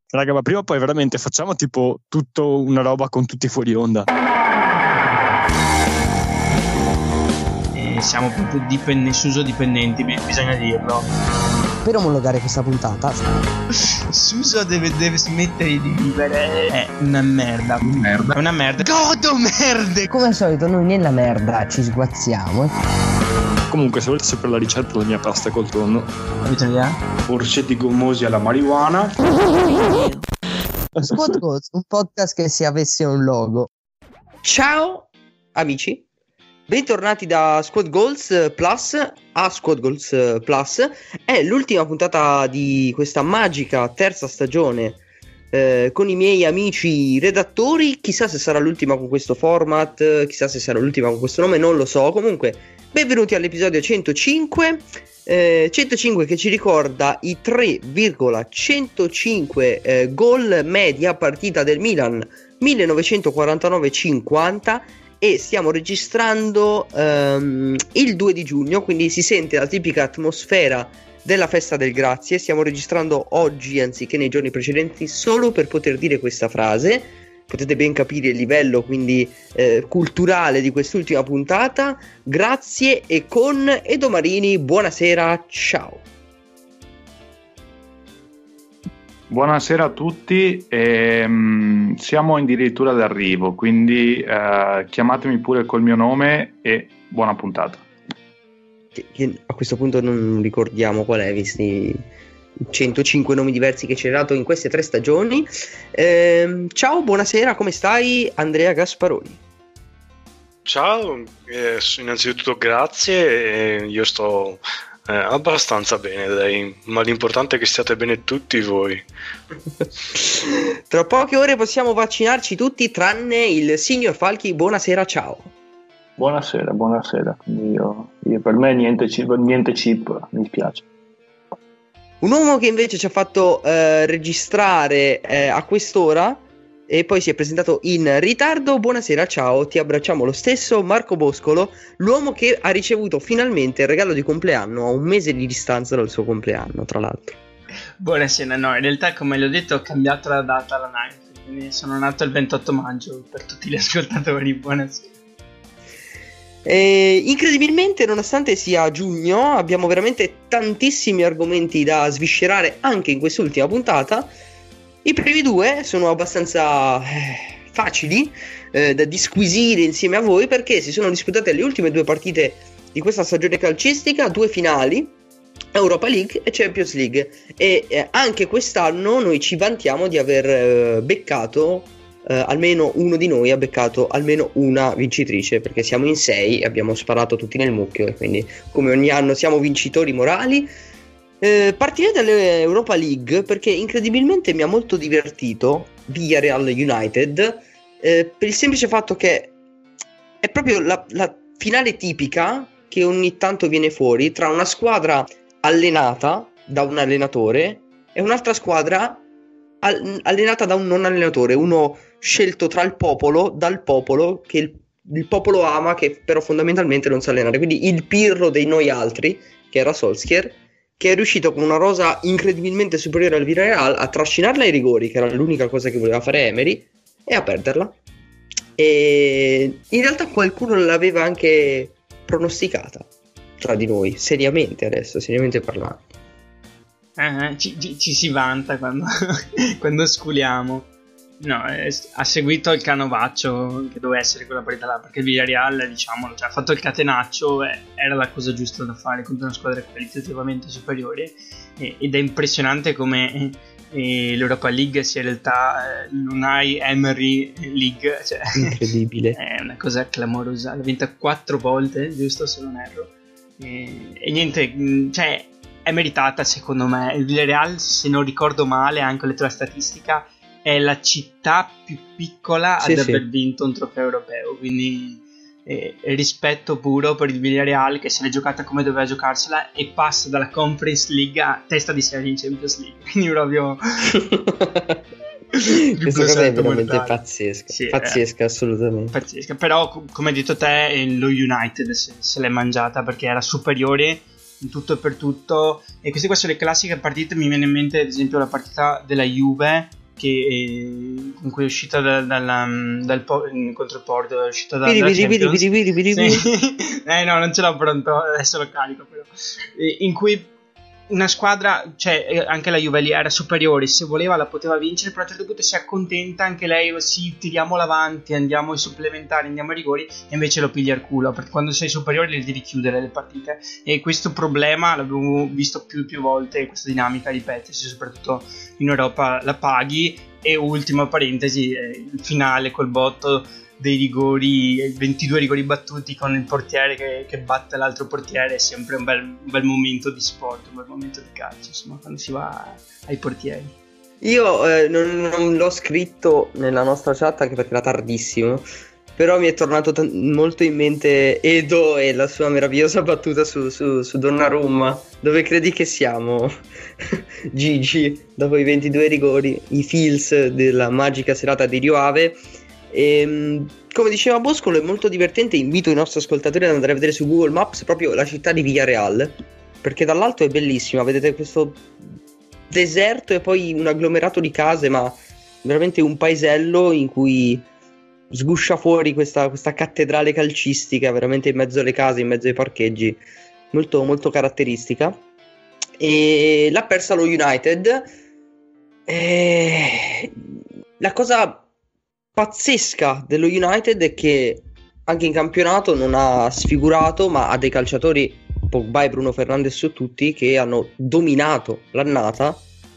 Raga, ma prima o poi veramente facciamo tipo tutto una roba con tutti fuori onda. Siamo proprio Suso dipendenti, bisogna dirlo. Per omologare questa puntata Suso deve smettere di vivere. È una merda. È una merda. Godo merde. come al solito noi nella merda ci sguazziamo. Comunque, se volete sapere la ricetta della mia pasta col tonno, Avete un'idea? Orsetti gommosi alla marijuana. Squad Goals, un podcast che se avesse un logo. Ciao amici, bentornati da Squad Goals Plus a Squad Goals Plus. È l'ultima puntata di questa magica terza stagione con i miei amici redattori. Chissà se sarà l'ultima con questo format, chissà se sarà l'ultima con questo nome, non lo so. Comunque, benvenuti all'episodio 105. 105 che ci ricorda i 3,105 gol media partita del Milan 1949-50, e stiamo registrando il 2 di giugno, quindi si sente la tipica atmosfera della festa del grazie. Stiamo registrando oggi anziché nei giorni precedenti solo per poter dire questa frase. Potete ben capire il livello quindi culturale di quest'ultima puntata. Grazie e con Edo Marini, buonasera, ciao. Buonasera a tutti, siamo addirittura d'arrivo, quindi chiamatemi pure col mio nome e buona puntata. Che a questo punto non ricordiamo qual è, visti 105 nomi diversi che ci hai dato in queste 3 stagioni. Ciao, buonasera, come stai Andrea Gasparoni? Ciao, innanzitutto grazie, io sto abbastanza bene, dai, ma l'importante è che stiate bene tutti voi. Tra poche ore possiamo vaccinarci tutti tranne il signor Falchi. Buonasera, ciao. Buonasera. Quindi io per me niente chip, mi spiace. Un uomo che invece ci ha fatto registrare a quest'ora e poi si è presentato in ritardo. Buonasera, ciao, ti abbracciamo lo stesso, Marco Boscolo, l'uomo che ha ricevuto finalmente il regalo di compleanno a un mese di distanza dal suo compleanno, tra l'altro. Buonasera, no, in realtà come l'ho detto ho cambiato la data alla 9, quindi sono nato il 28 maggio per tutti gli ascoltatori. Buonasera. Incredibilmente, nonostante sia giugno, abbiamo veramente tantissimi argomenti da sviscerare anche in quest'ultima puntata. I primi 2 sono abbastanza facili da disquisire insieme a voi, perché si sono disputate le ultime 2 partite di questa stagione calcistica, 2 finali, Europa League e Champions League, e anche quest'anno noi ci vantiamo di aver beccato almeno uno di noi ha beccato almeno una vincitrice, perché siamo in 6 e abbiamo sparato tutti nel mucchio, e quindi come ogni anno siamo vincitori morali. Partirei dall'Europa League, perché incredibilmente mi ha molto divertito Villarreal United, per il semplice fatto che è proprio la finale tipica che ogni tanto viene fuori tra una squadra allenata da un allenatore e un'altra squadra allenata da un non allenatore, uno scelto dal popolo, che il popolo ama, che però fondamentalmente non sa allenare. Quindi il Pirlo dei noi altri, che era Solskjaer, che è riuscito con una rosa incredibilmente superiore al Villarreal a trascinarla ai rigori, che era l'unica cosa che voleva fare Emery, e a perderla. E in realtà qualcuno l'aveva anche pronosticata tra di noi, seriamente parlando. Ci si vanta quando, quando sculiamo. No, ha seguito il canovaccio che doveva essere quella partita là, perché il Villarreal, diciamolo, cioè, ha fatto il catenaccio, era la cosa giusta da fare contro una squadra qualitativamente superiore, ed è impressionante come l'Europa League sia in realtà l'Unai Emery League, cioè, incredibile. È una cosa clamorosa, l'ha vinta 4 volte, giusto, se non erro, e niente, cioè è meritata secondo me. Il Villarreal, se non ricordo male, anche ho letto la statistica, è la città più piccola ad aver vinto un trofeo europeo, quindi rispetto puro per il Villarreal, che se l'è giocata come doveva giocarsela e passa dalla Conference League a testa di serie in Champions League, quindi proprio questa cosa è veramente pazzesca, sì, pazzesca, assolutamente pazzesca. Però come hai detto te, lo United se l'è mangiata, perché era superiore in tutto e per tutto, e queste qua sono le classiche partite. Mi viene in mente ad esempio la partita della Juve con cui è uscita contro il Porto, è uscita dalla Champions. Sì. No, non ce l'ho pronto, adesso lo carico però. In cui una squadra, cioè anche la Juve lì era superiore, se voleva la poteva vincere, però a un certo punto si accontenta anche lei, sì, tiriamola avanti, andiamo ai supplementari, andiamo ai rigori, e invece lo piglia al culo, perché quando sei superiore le devi chiudere le partite, e questo problema l'abbiamo visto più volte, questa dinamica ripetersi, soprattutto in Europa la paghi. E ultima parentesi, il finale col botto dei rigori, 22 rigori battuti con il portiere che batte l'altro portiere, è sempre un bel momento di sport, un bel momento di calcio, insomma, quando si va ai portieri. Io non l'ho scritto nella nostra chat anche perché era tardissimo, però mi è tornato molto in mente Edo e la sua meravigliosa battuta su Donnarumma. Dove credi che siamo, Gigi, dopo i 22 rigori, i feels della magica serata di Rio Ave. Come diceva Boscolo, è molto divertente, invito i nostri ascoltatori ad andare a vedere su Google Maps proprio la città di Villarreal, perché dall'alto è bellissima, vedete questo deserto e poi un agglomerato di case, ma veramente un paesello in cui sguscia fuori questa cattedrale calcistica veramente in mezzo alle case, in mezzo ai parcheggi, molto molto caratteristica. E l'ha persa lo United. La cosa pazzesca dello United è che anche in campionato non ha sfigurato, ma ha dei calciatori, Pogba e Bruno Fernandes su tutti, che hanno dominato l'annata,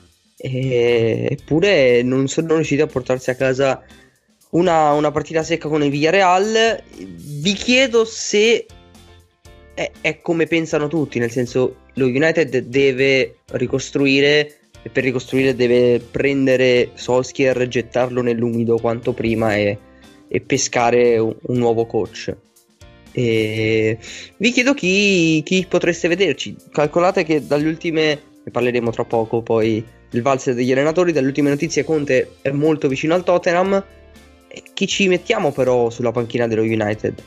eppure non sono riusciti a portarsi a casa una partita secca con il Villarreal. Vi chiedo se è come pensano tutti, nel senso, lo United deve ricostruire, e per ricostruire deve prendere Solskjaer, gettarlo nell'umido quanto prima e pescare un nuovo coach. E vi chiedo chi potreste vederci. Calcolate che dalle ultime, ne parleremo tra poco poi, il valzer degli allenatori, dalle ultime notizie Conte è molto vicino al Tottenham. E chi ci mettiamo però sulla panchina dello United?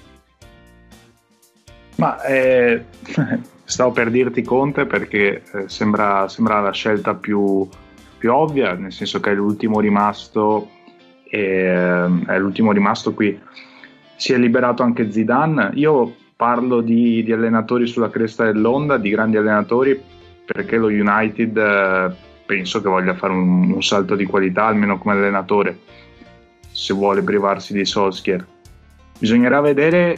Ma stavo per dirti Conte perché sembra la scelta più ovvia, nel senso che è l'ultimo rimasto qui. Si è liberato anche Zidane. Io parlo di allenatori sulla cresta dell'onda, di grandi allenatori, perché lo United penso che voglia fare un salto di qualità, almeno come allenatore, se vuole privarsi di Solskjaer. Bisognerà vedere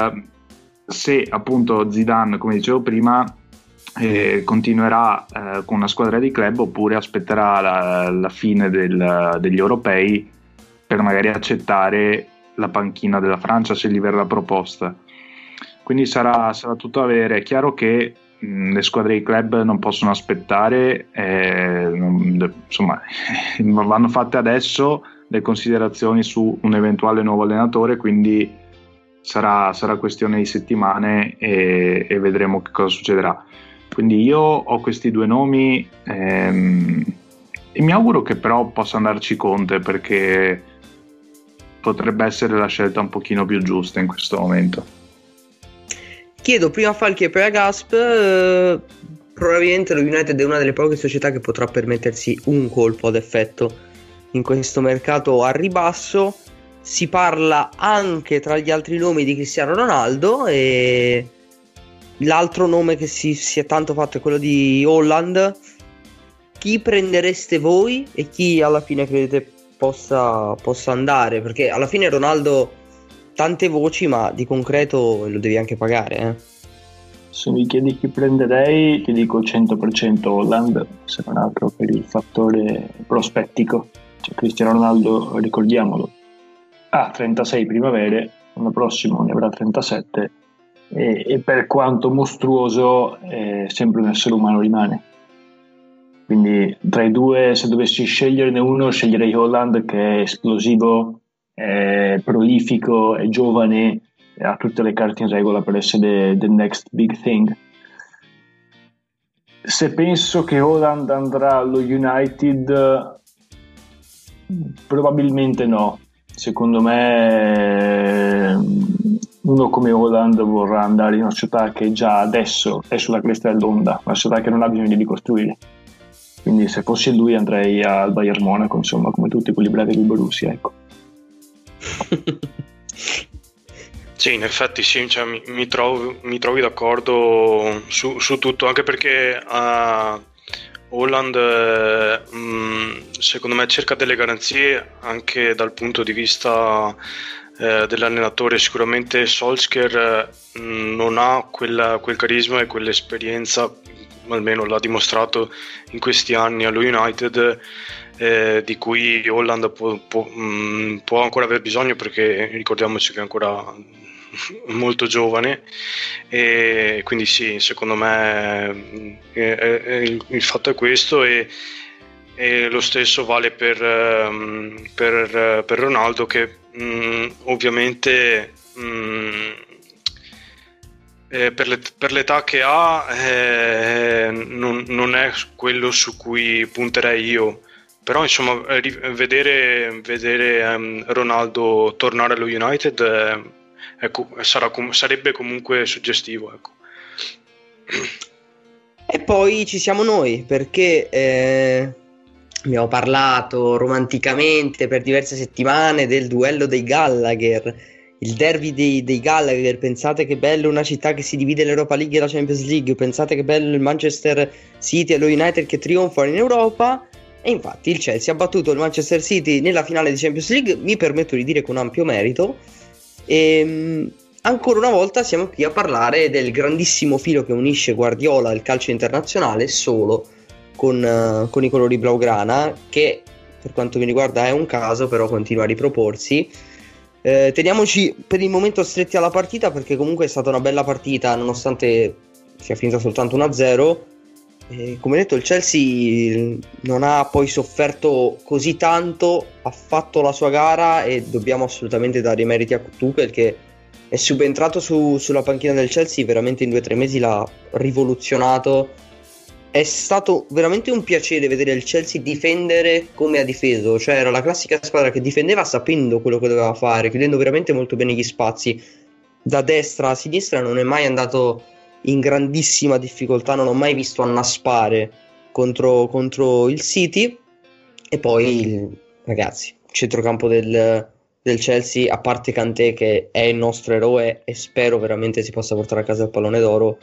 se appunto Zidane, come dicevo prima, continuerà con una squadra di club oppure aspetterà la fine degli europei per magari accettare la panchina della Francia se gli verrà proposta. Quindi sarà tutto a vedere. È chiaro che le squadre di club non possono aspettare, insomma vanno fatte adesso le considerazioni su un eventuale nuovo allenatore, quindi sarà questione di settimane e vedremo che cosa succederà. Quindi io ho questi due nomi e mi auguro che però possa andarci Conte, perché potrebbe essere la scelta un pochino più giusta in questo momento. Chiedo prima a Falchi e poi a Gasp. Probabilmente lo United è una delle poche società che potrà permettersi un colpo ad effetto in questo mercato a ribasso. Si parla anche tra gli altri nomi di Cristiano Ronaldo, e l'altro nome che si è tanto fatto è quello di Haaland. Chi prendereste voi e chi alla fine credete possa andare? Perché alla fine Ronaldo tante voci, ma di concreto lo devi anche pagare, Se mi chiedi chi prenderei, ti dico 100% Haaland, se non altro per il fattore prospettico. Cioè, Cristiano Ronaldo, ricordiamolo, ha 36 primavere, l'anno prossimo ne avrà 37 e per quanto mostruoso sempre un essere umano rimane. Quindi tra i due, se dovessi sceglierne uno, sceglierei Haaland, che è esplosivo, è prolifico, è giovane, ha tutte le carte in regola per essere the next big thing. Se penso che Haaland andrà allo United, probabilmente no. Secondo me uno come Haaland vorrà andare in una società che già adesso è sulla cresta dell'onda, una società che non ha bisogno di ricostruire. quindi se fossi lui andrei al Bayern Monaco, insomma, come tutti quelli bravi del Borussia, ecco. Sì, in effetti sì, cioè, mi trovi d'accordo su tutto, anche perché Holland secondo me cerca delle garanzie anche dal punto di vista dell'allenatore. Sicuramente Solskjaer non ha quel carisma e quell'esperienza, almeno l'ha dimostrato in questi anni allo United, di cui Holland può ancora aver bisogno, perché ricordiamoci che è ancora molto giovane, e quindi sì, secondo me il fatto è questo, e lo stesso vale per Ronaldo, che ovviamente per l'età che ha non è quello su cui punterei io, però insomma vedere Ronaldo tornare allo United sarebbe comunque suggestivo, ecco. E poi ci siamo noi, perché abbiamo parlato romanticamente per diverse settimane del duello dei Gallagher, il derby dei Gallagher. Pensate che bello una città che si divide l'Europa League e la Champions League, pensate che bello il Manchester City e lo United che trionfano in Europa. E infatti il Chelsea ha battuto il Manchester City nella finale di Champions League, mi permetto di dire con ampio merito. E ancora una volta siamo qui a parlare del grandissimo filo che unisce Guardiola e il calcio internazionale solo con i colori blaugrana, che per quanto mi riguarda è un caso, però continua a riproporsi. Teniamoci per il momento stretti alla partita, perché comunque è stata una bella partita nonostante sia finita soltanto 1-0. Come detto, il Chelsea non ha poi sofferto così tanto, ha fatto la sua gara e dobbiamo assolutamente dare i meriti a Tuchel, che è subentrato sulla panchina del Chelsea, veramente in 2 o 3 mesi l'ha rivoluzionato. È stato veramente un piacere vedere il Chelsea difendere come ha difeso, cioè era la classica squadra che difendeva sapendo quello che doveva fare, chiudendo veramente molto bene gli spazi da destra a sinistra. Non è mai andato in grandissima difficoltà, non ho mai visto annaspare contro il City. E poi ragazzi, il centrocampo del Chelsea, a parte Kanté che è il nostro eroe e spero veramente si possa portare a casa il pallone d'oro,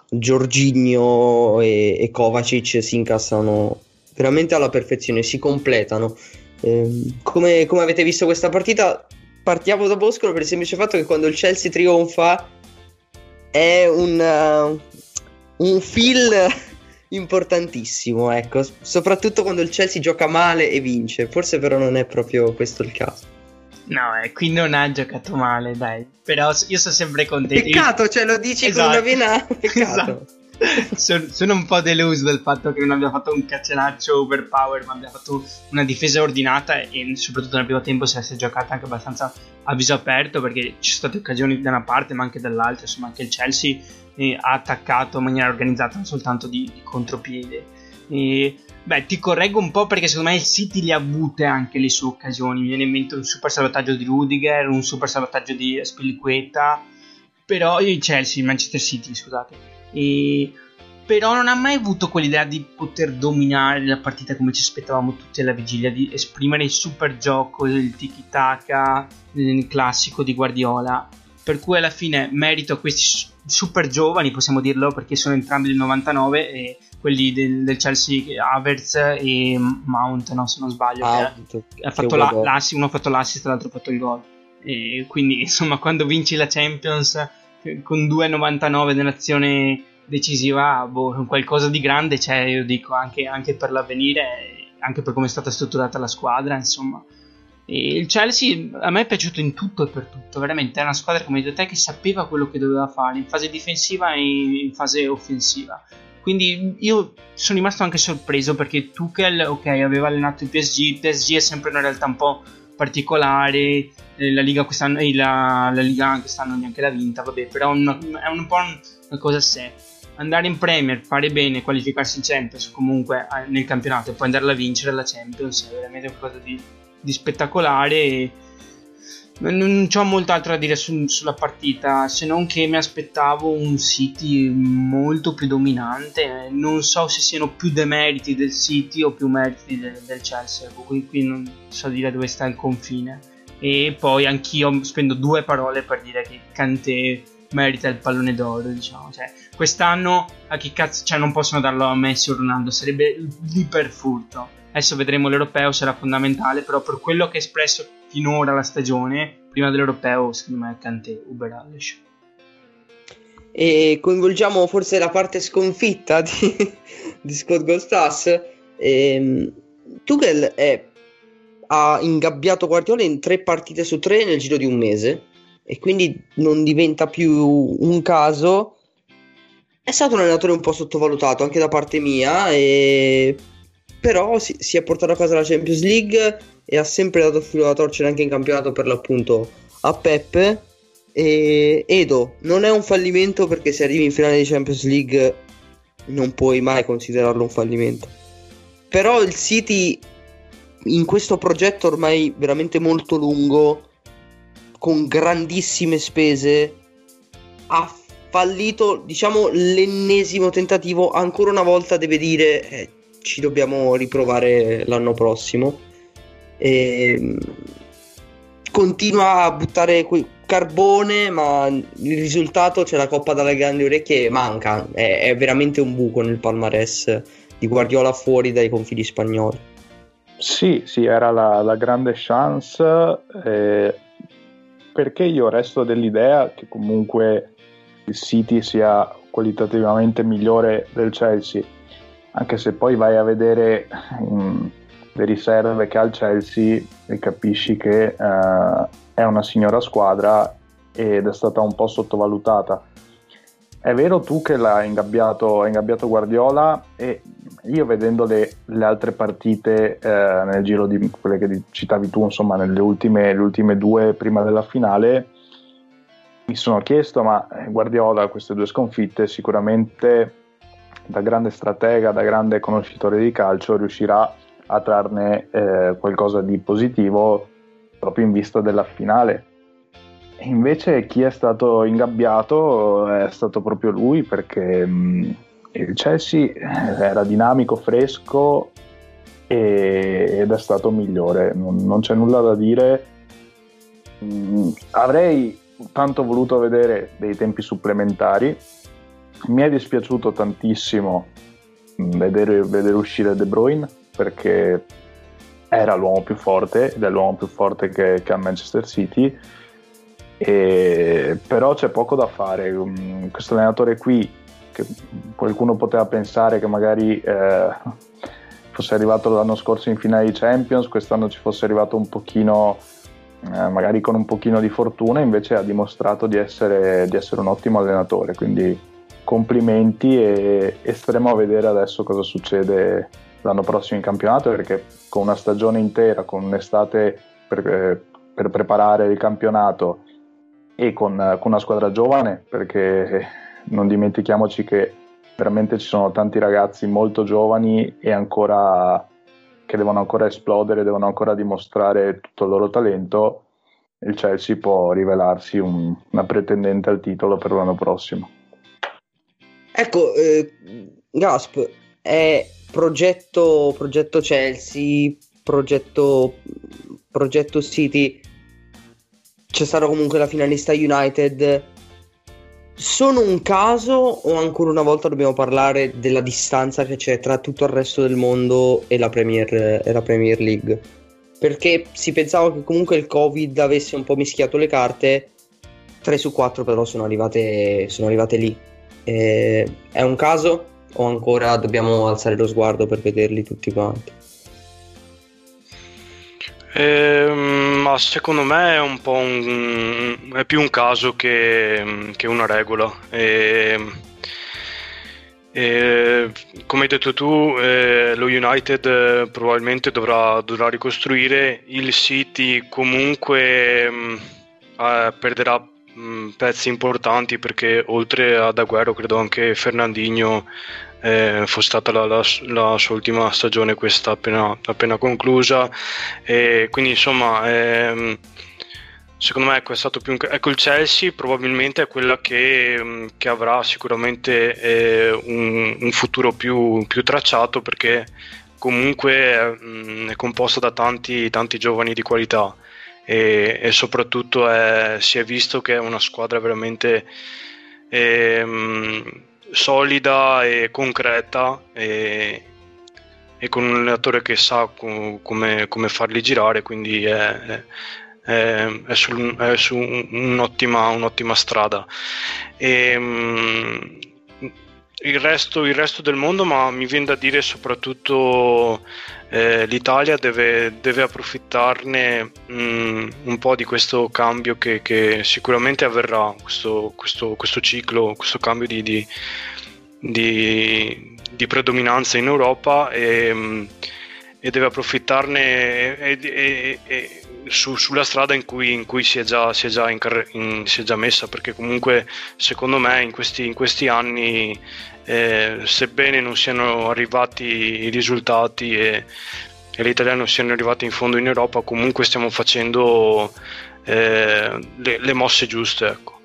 Jorginho e Kovacic si incassano veramente alla perfezione, si completano. Come avete visto questa partita? Partiamo da Boscolo per il semplice fatto che quando il Chelsea trionfa è un feel importantissimo, ecco, soprattutto quando il Chelsea gioca male e vince. Forse però non è proprio questo il caso. No, qui non ha giocato male, dai. Però io sono sempre contento. Peccato, cioè lo dici esatto. con una vena. Peccato. Esatto. Sono un po' deluso del fatto che non abbia fatto un catenaccio overpower, ma abbia fatto una difesa ordinata e soprattutto nel primo tempo si è giocata anche abbastanza a viso aperto, perché ci sono state occasioni da una parte ma anche dall'altra. Insomma, anche il Chelsea ha attaccato in maniera organizzata, non soltanto di contropiede. Ti correggo un po', perché secondo me il City le ha avute anche le sue occasioni. Mi viene in mente un super salvataggio di Rudiger, un super salvataggio di Spilicueta, però il Chelsea, il Manchester City, scusate. Però non ha mai avuto quell'idea di poter dominare la partita come ci aspettavamo tutti alla vigilia, di esprimere il super gioco, il tiki-taka classico di Guardiola. Per cui alla fine merito a questi super giovani, possiamo dirlo, perché sono entrambi del 99, e quelli del Chelsea, Havertz e Mount, no, se non sbaglio, ha fatto l'assist, uno ha fatto l'assist e l'altro ha fatto il gol. E quindi insomma, quando vinci la Champions con 2,99 nell'azione decisiva, qualcosa di grande c'è, io dico, anche per l'avvenire, anche per come è stata strutturata la squadra, insomma. E il Chelsea a me è piaciuto in tutto e per tutto, veramente è una squadra, come hai detto te, che sapeva quello che doveva fare in fase difensiva e in fase offensiva. Quindi io sono rimasto anche sorpreso, perché Tuchel, ok, aveva allenato il PSG è sempre una realtà un po' particolare, la Liga quest'anno, la Liga quest'anno neanche l'ha vinta, vabbè, però è un po' una cosa a sé. Andare in Premier, fare bene, qualificarsi in Champions comunque nel campionato e poi andarla a vincere la Champions è veramente qualcosa di spettacolare. Non c'ho molto altro da dire sulla partita, se non che mi aspettavo un City molto più dominante. Non so se siano più demeriti del City o più meriti del Chelsea, qui non so dire dove sta il confine. E poi anch'io spendo 2 parole per dire che Kanté merita il pallone d'oro, diciamo. Cioè, quest'anno a chi cazzo, cioè, non possono darlo a Messi o Ronaldo, sarebbe l'iperfurto. Adesso vedremo l'Europeo, sarà fondamentale, però per quello che ha espresso finora la stagione, prima dell'Europeo, secondo me è Kanté, Uber Alles. E coinvolgiamo forse la parte sconfitta di Scott Gostas. Tuchel ha ingabbiato Guardiola in 3 partite su 3 nel giro di un mese, e quindi non diventa più un caso. È stato un allenatore un po' sottovalutato anche da parte mia, però si è portato a casa la Champions League e ha sempre dato filo alla torcere anche in campionato, per l'appunto, a Pep. E Edo, non è un fallimento, perché se arrivi in finale di Champions League non puoi mai considerarlo un fallimento. Però il City, in questo progetto ormai veramente molto lungo, con grandissime spese, ha fallito, diciamo, l'ennesimo tentativo. Ancora una volta deve dire ci dobbiamo riprovare l'anno prossimo, continua a buttare carbone, ma il risultato, c'è la Coppa dalle grandi orecchie, manca. È veramente un buco nel palmarès di Guardiola fuori dai confini spagnoli. Sì, era la grande chance, perché io resto dell'idea che comunque il City sia qualitativamente migliore del Chelsea, anche se poi vai a vedere le riserve che ha il Chelsea e capisci che è una signora squadra ed è stata un po' sottovalutata. È vero tu che l'ha ingabbiato Guardiola, e io vedendo le altre partite nel giro di quelle che citavi tu, insomma le ultime 2 prima della finale, mi sono chiesto, ma Guardiola queste 2 sconfitte sicuramente, da grande stratega, da grande conoscitore di calcio, riuscirà a trarne qualcosa di positivo proprio in vista della finale. E invece chi è stato ingabbiato è stato proprio lui, perché il Chelsea era dinamico, fresco ed è stato migliore, non c'è nulla da dire. Avrei tanto voluto vedere dei tempi supplementari. Mi è dispiaciuto tantissimo vedere uscire De Bruyne, perché era l'uomo più forte ed è l'uomo più forte che ha Manchester City, però c'è poco da fare. Questo allenatore qui, che qualcuno poteva pensare che magari fosse arrivato l'anno scorso in finale di Champions, quest'anno ci fosse arrivato un pochino, magari con un pochino di fortuna, invece ha dimostrato di essere un ottimo allenatore, quindi complimenti, e staremo a vedere adesso cosa succede l'anno prossimo in campionato, perché con una stagione intera, con un'estate per preparare il campionato e con una squadra giovane, perché non dimentichiamoci che veramente ci sono tanti ragazzi molto giovani e che devono ancora esplodere, devono ancora dimostrare tutto il loro talento. Il Chelsea può rivelarsi una pretendente al titolo per l'anno prossimo. Ecco, Gasp, è progetto Chelsea, progetto City, c'è stata comunque la finalista United. Sono un caso, o ancora una volta dobbiamo parlare della distanza che c'è tra tutto il resto del mondo e la Premier League? Perché si pensava che comunque il Covid avesse un po' mischiato le carte. 3 su 4 però sono arrivate lì. È un caso, o ancora dobbiamo alzare lo sguardo per vederli tutti quanti? Ma secondo me è un po' è più un caso che una regola. Come hai detto tu, lo United probabilmente dovrà ricostruire. Il City comunque perderà pezzi importanti, perché oltre ad Agüero credo anche Fernandinho fosse stata la sua ultima stagione, questa appena conclusa, e quindi insomma secondo me è stato più ecco, il Chelsea probabilmente è quella che avrà sicuramente un futuro più tracciato, perché comunque è composta da tanti giovani di qualità e soprattutto si è visto che è una squadra veramente solida e concreta e con un allenatore che sa come farli girare, quindi è su un'ottima strada. Il resto del mondo, ma mi viene da dire soprattutto l'Italia deve approfittarne un po' di questo cambio che sicuramente avverrà, questo ciclo, questo cambio di predominanza in Europa, e deve approfittarne sulla strada in cui si è già messa, perché comunque secondo me in questi anni, sebbene non siano arrivati i risultati e gli italiani non siano arrivati in fondo in Europa, comunque stiamo facendo le mosse giuste, ecco.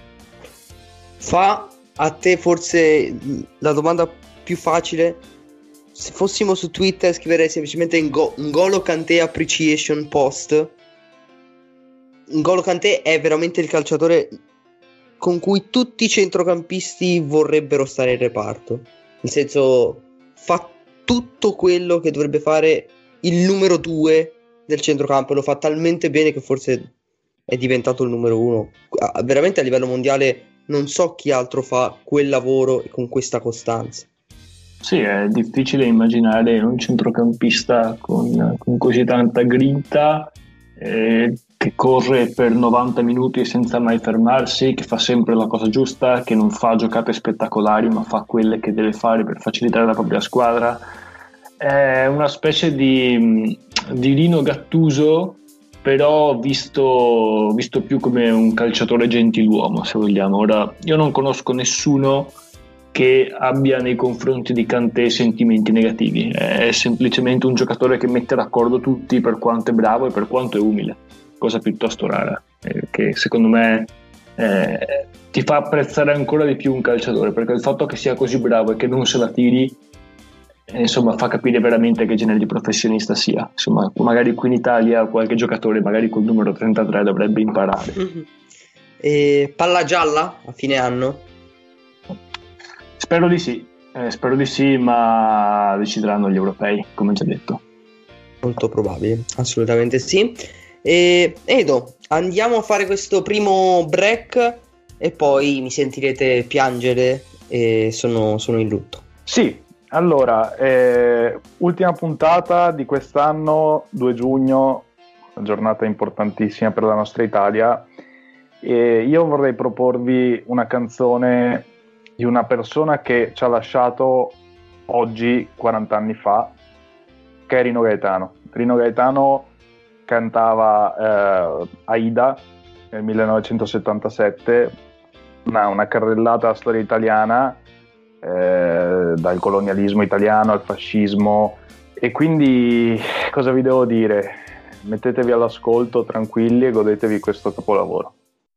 Fa a te forse la domanda più facile. Se fossimo su Twitter scriverei semplicemente N'Golo Kanté appreciation post. N'Golo Kanté è veramente il calciatore con cui tutti i centrocampisti vorrebbero stare in reparto. Nel senso, fa tutto quello che dovrebbe fare il numero 2 del centrocampo, lo fa talmente bene che forse è diventato il numero 1. Veramente a livello mondiale non so chi altro fa quel lavoro e con questa costanza. Sì, è difficile immaginare un centrocampista con così tanta grinta, che corre per 90 minuti senza mai fermarsi, che fa sempre la cosa giusta, che non fa giocate spettacolari ma fa quelle che deve fare per facilitare la propria squadra. È una specie di Rino Gattuso, però visto più come un calciatore gentiluomo, se vogliamo. Ora, io non conosco nessuno che abbia nei confronti di Kanté sentimenti negativi, è semplicemente un giocatore che mette d'accordo tutti per quanto è bravo e per quanto è umile, cosa piuttosto rara, che secondo me ti fa apprezzare ancora di più un calciatore, perché il fatto che sia così bravo e che non se la tiri, insomma, fa capire veramente che genere di professionista sia. Insomma, magari qui in Italia qualche giocatore magari col numero 33 dovrebbe imparare. E palla gialla a fine anno? Spero di sì, ma decideranno gli europei, come già detto. Molto probabile, assolutamente sì. E Edo, andiamo a fare questo primo break e poi mi sentirete piangere e sono in lutto. Sì, allora, ultima puntata di quest'anno, 2 giugno, una giornata importantissima per la nostra Italia, e io vorrei proporvi una canzone di una persona che ci ha lasciato oggi 40 anni fa, che è Rino Gaetano. Rino Gaetano cantava Aida nel 1977, una carrellata alla storia italiana, dal colonialismo italiano al fascismo, e quindi cosa vi devo dire? Mettetevi all'ascolto tranquilli e godetevi questo capolavoro.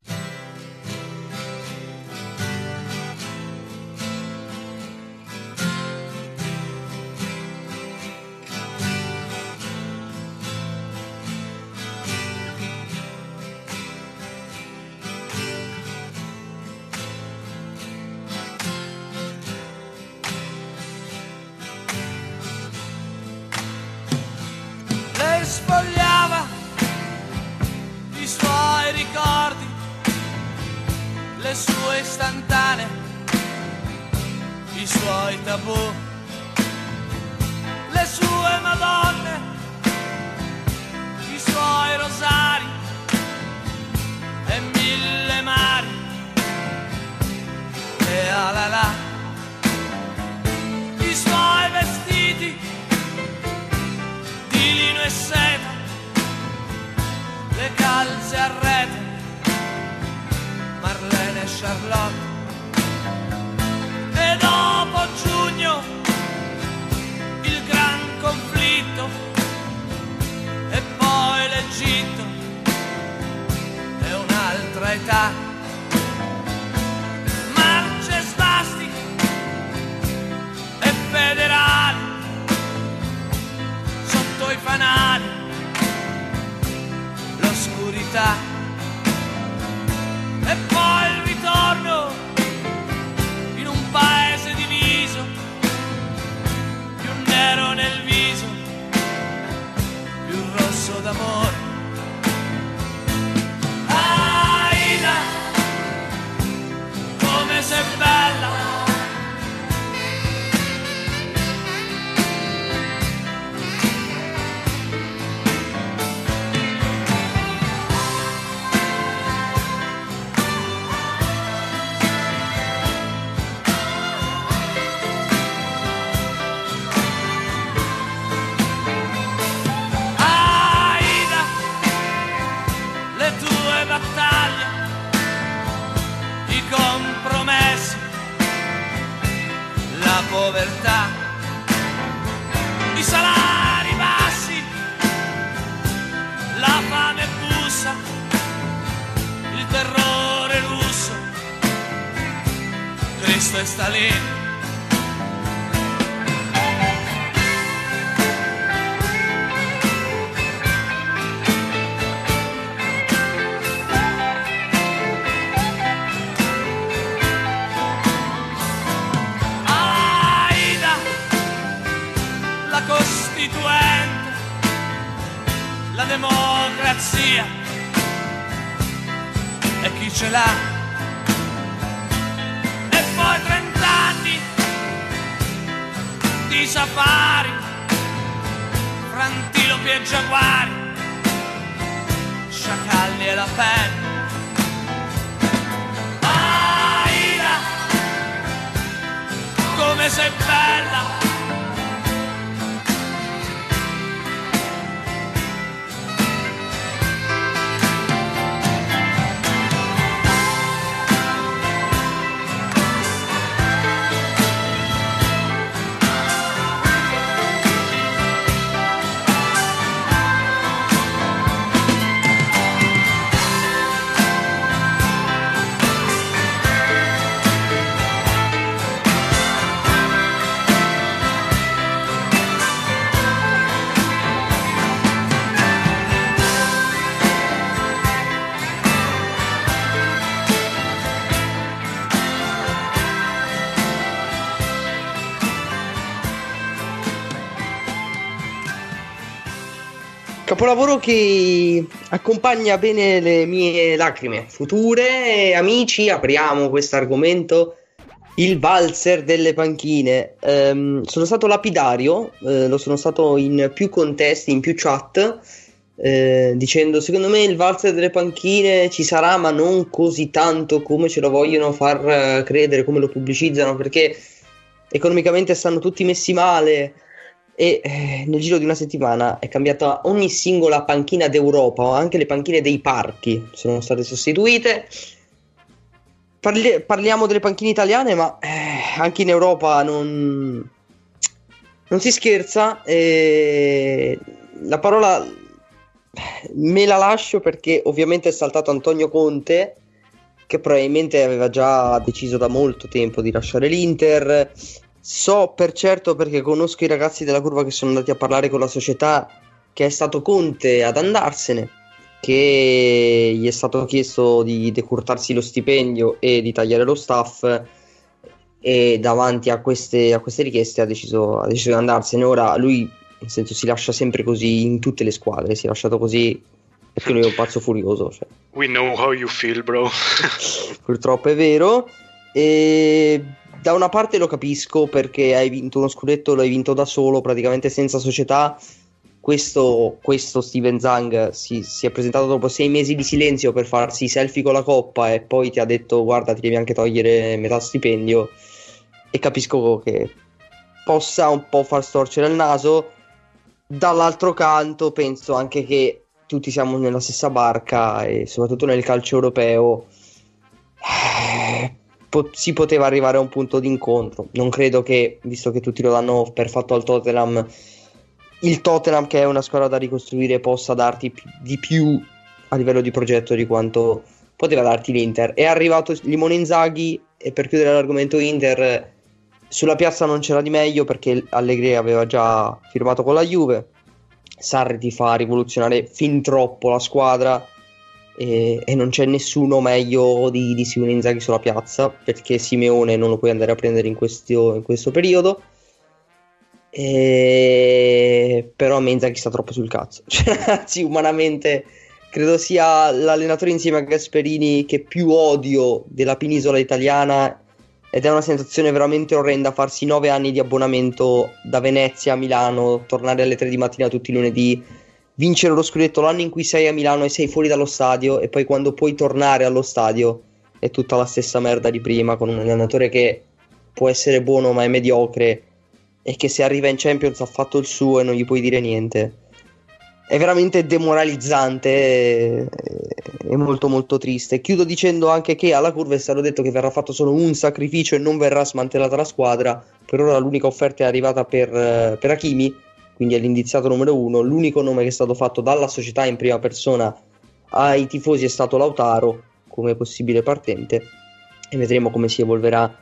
Spogliava i suoi ricordi, le sue istantanee, i suoi tabù, le sue madonne, i suoi rosari e 1000 mari e alala, i suoi vestiti di lino e seta, le calze a rete, Marlene e Charlotte. E dopo giugno il gran conflitto, e poi l'Egitto nostra età. Marce, svastiche e federali sotto i fanali, l'oscurità e poi il ritorno in un paese diviso, più nero nel viso, più rosso d'amore. Aida, come sei bella, compromessi, la povertà, i salari bassi, la fame bussa, il terrore russo, Cristo e Stalin. La democrazia e chi ce l'ha, e poi 30 anni di safari fra antilopi e giaguari, sciacalli e la pelle. Aida, come sei bella, capolavoro che accompagna bene le mie lacrime future. Amici, apriamo questo argomento, il valzer delle panchine. Sono stato lapidario, lo sono stato in più contesti, in più chat, dicendo secondo me il valzer delle panchine ci sarà, ma non così tanto come ce lo vogliono far credere, come lo pubblicizzano, perché economicamente stanno tutti messi male. E nel giro di una settimana è cambiata ogni singola panchina d'Europa, anche le panchine dei parchi sono state sostituite. Parliamo delle panchine italiane, ma anche in Europa non si scherza. La parola me la lascio perché ovviamente è saltato Antonio Conte, che probabilmente aveva già deciso da molto tempo di lasciare l'Inter. So per certo, perché conosco i ragazzi della curva che sono andati a parlare con la società, che è stato Conte ad andarsene, che gli è stato chiesto di decurtarsi lo stipendio e di tagliare lo staff, e davanti a queste richieste ha deciso di andarsene. Ora lui, nel senso, si lascia sempre così in tutte le squadre, si è lasciato così perché lui è un pazzo furioso, cioè. We know how you feel, bro. Purtroppo è vero. E da una parte lo capisco, perché hai vinto uno scudetto, lo hai vinto da solo, praticamente senza società. Questo Steven Zhang si è presentato dopo 6 mesi di silenzio per farsi i selfie con la coppa, e poi ti ha detto guarda, ti devi anche togliere metà stipendio, e capisco che possa un po' far storcere il naso. Dall'altro canto penso anche che tutti siamo nella stessa barca, e soprattutto nel calcio europeo si poteva arrivare a un punto di incontro. Non credo che, visto che tutti lo danno per fatto al Tottenham, il Tottenham, che è una squadra da ricostruire, possa darti di più a livello di progetto di quanto poteva darti l'Inter. È arrivato Limone Inzaghi e, per chiudere l'argomento Inter, sulla piazza non c'era di meglio perché Allegri aveva già firmato con la Juve. Sarri ti fa rivoluzionare fin troppo la squadra e non c'è nessuno meglio di Simone Inzaghi sulla piazza, perché Simeone non lo puoi andare a prendere in questo periodo. Però a me Inzaghi sta troppo sul cazzo, cioè, anzi, umanamente credo sia l'allenatore insieme a Gasperini che più odio della penisola italiana, ed è una sensazione veramente orrenda farsi 9 anni di abbonamento da Venezia a Milano, tornare alle 3 di mattina tutti i lunedì, vincere lo scudetto l'anno in cui sei a Milano e sei fuori dallo stadio, e poi quando puoi tornare allo stadio è tutta la stessa merda di prima, con un allenatore che può essere buono ma è mediocre, e che se arriva in Champions ha fatto il suo e non gli puoi dire niente. È veramente demoralizzante e molto molto triste. Chiudo dicendo anche che alla curva è stato detto che verrà fatto solo un sacrificio e non verrà smantellata la squadra. Per ora l'unica offerta è arrivata per Hakimi, quindi è l'indiziato numero 1. L'unico nome che è stato fatto dalla società in prima persona ai tifosi è stato Lautaro come possibile partente, e vedremo come si evolverà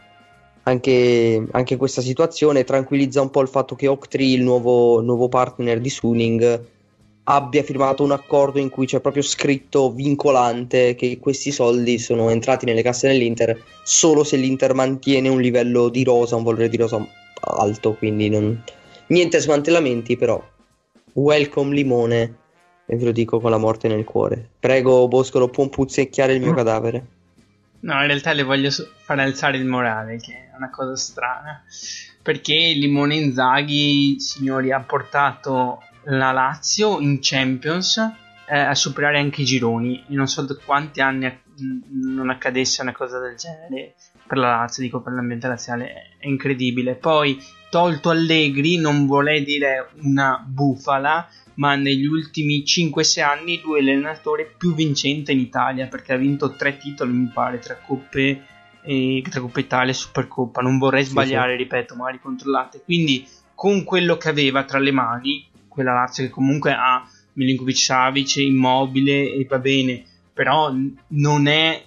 anche questa situazione. Tranquillizza un po' il fatto che Oaktree, il nuovo partner di Suning, abbia firmato un accordo in cui c'è proprio scritto vincolante che questi soldi sono entrati nelle casse dell'Inter solo se l'Inter mantiene un livello di rosa, un valore di rosa alto, quindi niente smantellamenti, però welcome Limone, e ve lo dico con la morte nel cuore. Prego Boscolo, può puzzecchiare il mio cadavere? No, in realtà le voglio far alzare il morale, che è una cosa strana, perché Limone Inzaghi, signori, ha portato la Lazio in Champions a superare anche i gironi. Io non so da quanti anni non accadesse una cosa del genere per la Lazio, dico, per l'ambiente laziale, è incredibile. Poi, tolto Allegri, non vorrei dire una bufala, ma negli ultimi 5-6 anni lui è l'allenatore più vincente in Italia, perché ha vinto 3 titoli, mi pare, tra Coppa Italia e Supercoppa. Non vorrei sbagliare, sì. Ripeto, magari controllate. Quindi, con quello che aveva tra le mani, quella Lazio che comunque ha Milinkovic-Savic, Immobile, e va bene, però non è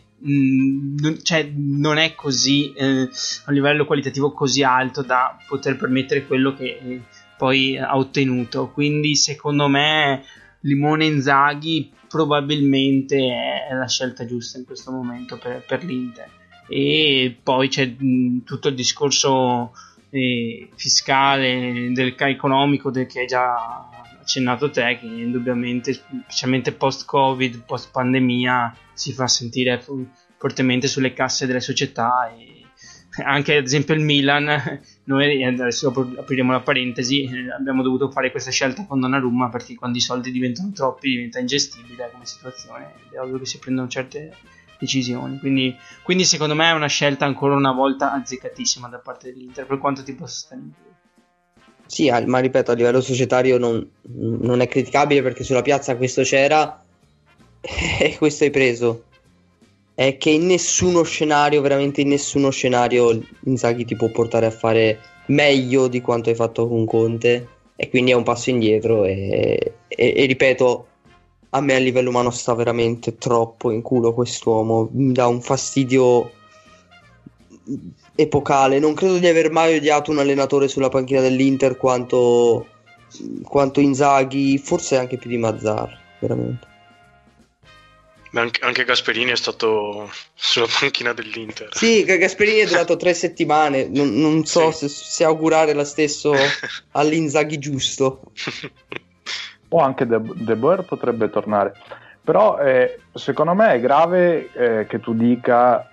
così a livello qualitativo così alto da poter permettere quello che poi ha ottenuto. Quindi secondo me Limone Inzaghi probabilmente è la scelta giusta in questo momento per l'Inter. E poi c'è tutto il discorso fiscale, economico, che hai già accennato te, che indubbiamente, specialmente post-Covid, post-pandemia, si fa sentire fortemente sulle casse delle società. E anche ad esempio il Milan, noi adesso apriremo la parentesi, abbiamo dovuto fare questa scelta con Donnarumma, perché quando i soldi diventano troppi diventa ingestibile come situazione, è ovvio che si prendono certe decisioni, quindi secondo me è una scelta ancora una volta azzeccatissima da parte dell'Inter, per quanto ti possa stare in più. Sì, ma ripeto, a livello societario non è criticabile, perché sulla piazza questo c'era e questo hai preso. È che in nessuno scenario, veramente in nessuno scenario, Inzaghi ti può portare a fare meglio di quanto hai fatto con Conte, e quindi è un passo indietro e ripeto, a me a livello umano sta veramente troppo in culo quest'uomo, mi dà un fastidio epocale. Non credo di aver mai odiato un allenatore sulla panchina dell'Inter quanto Inzaghi, forse anche più di Mazzar, veramente. Anche Gasperini è stato sulla panchina dell'Inter. Sì, Gasperini è durato 3 settimane, non so se augurare la stesso all'Inzaghi giusto. O anche De Boer potrebbe tornare, però secondo me è grave che tu dica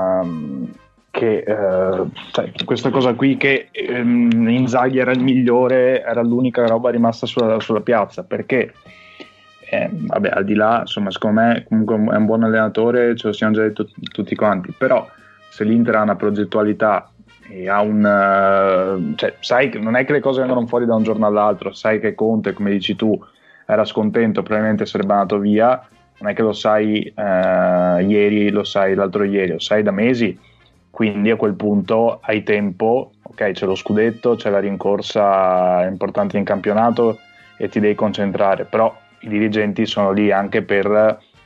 che cioè, questa cosa qui, che Inzaghi era il migliore, era l'unica roba rimasta sulla piazza, perché vabbè, al di là, insomma, secondo me comunque è un buon allenatore, ce lo siamo già detto tutti quanti, però se l'Inter ha una progettualità e ha cioè, sai che non è che le cose vengono fuori da un giorno all'altro, sai che Conte, come dici tu, era scontento, probabilmente sarebbe andato via, non è che lo sai ieri, lo sai l'altro ieri, lo sai da mesi, quindi a quel punto hai tempo, ok, c'è lo scudetto, c'è la rincorsa importante in campionato e ti devi concentrare, però i dirigenti sono lì anche per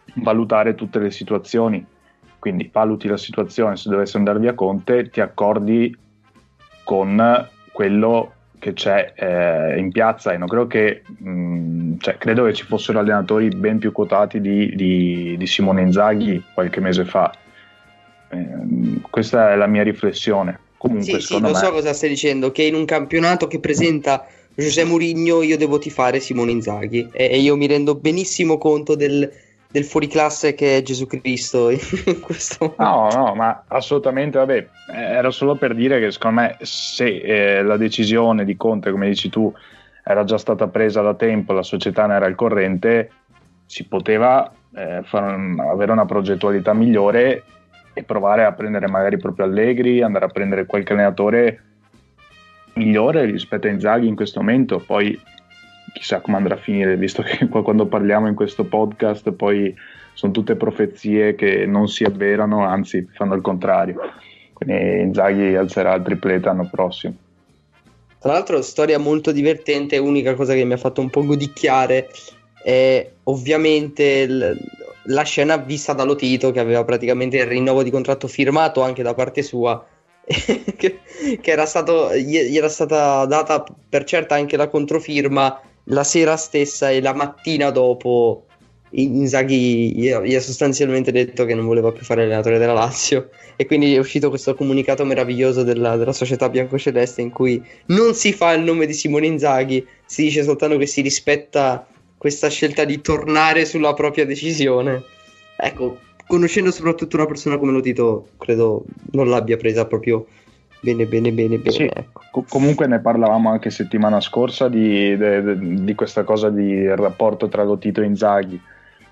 valutare tutte le situazioni. Quindi valuti la situazione, se dovesse andare via Conte ti accordi con quello che c'è in piazza, e non credo che credo che ci fossero allenatori ben più quotati di Simone Inzaghi qualche mese fa. Questa è la mia riflessione. Comunque, sì, lo so cosa stai dicendo, che in un campionato che presenta José Mourinho io devo tifare Simone Inzaghi, e io mi rendo benissimo conto del fuoriclasse che è Gesù Cristo in questo momento. No, ma assolutamente, vabbè, era solo per dire che secondo me se la decisione di Conte, come dici tu, era già stata presa da tempo, la società ne era al corrente, si poteva avere una progettualità migliore e provare a prendere magari proprio Allegri, andare a prendere qualche allenatore migliore rispetto a Inzaghi in questo momento. Poi chissà come andrà a finire, visto che quando parliamo in questo podcast poi sono tutte profezie che non si avverano, anzi fanno il contrario. Quindi Inzaghi alzerà il triplete l'anno prossimo. Tra l'altro, storia molto divertente, unica cosa che mi ha fatto un po' godicchiare è ovviamente la scena vista da Lotito, che aveva praticamente il rinnovo di contratto firmato anche da parte sua, che era gli era stata data per certa anche la controfirma la sera stessa, e la mattina dopo Inzaghi gli ha sostanzialmente detto che non voleva più fare allenatore della Lazio, e quindi è uscito questo comunicato meraviglioso della società biancoceleste in cui non si fa il nome di Simone Inzaghi, si dice soltanto che si rispetta questa scelta di tornare sulla propria decisione. Ecco, conoscendo soprattutto una persona come Lotito, credo non l'abbia presa proprio bene. Sì, ecco. Comunque ne parlavamo anche settimana scorsa di questa cosa, di rapporto tra Lotito e Inzaghi.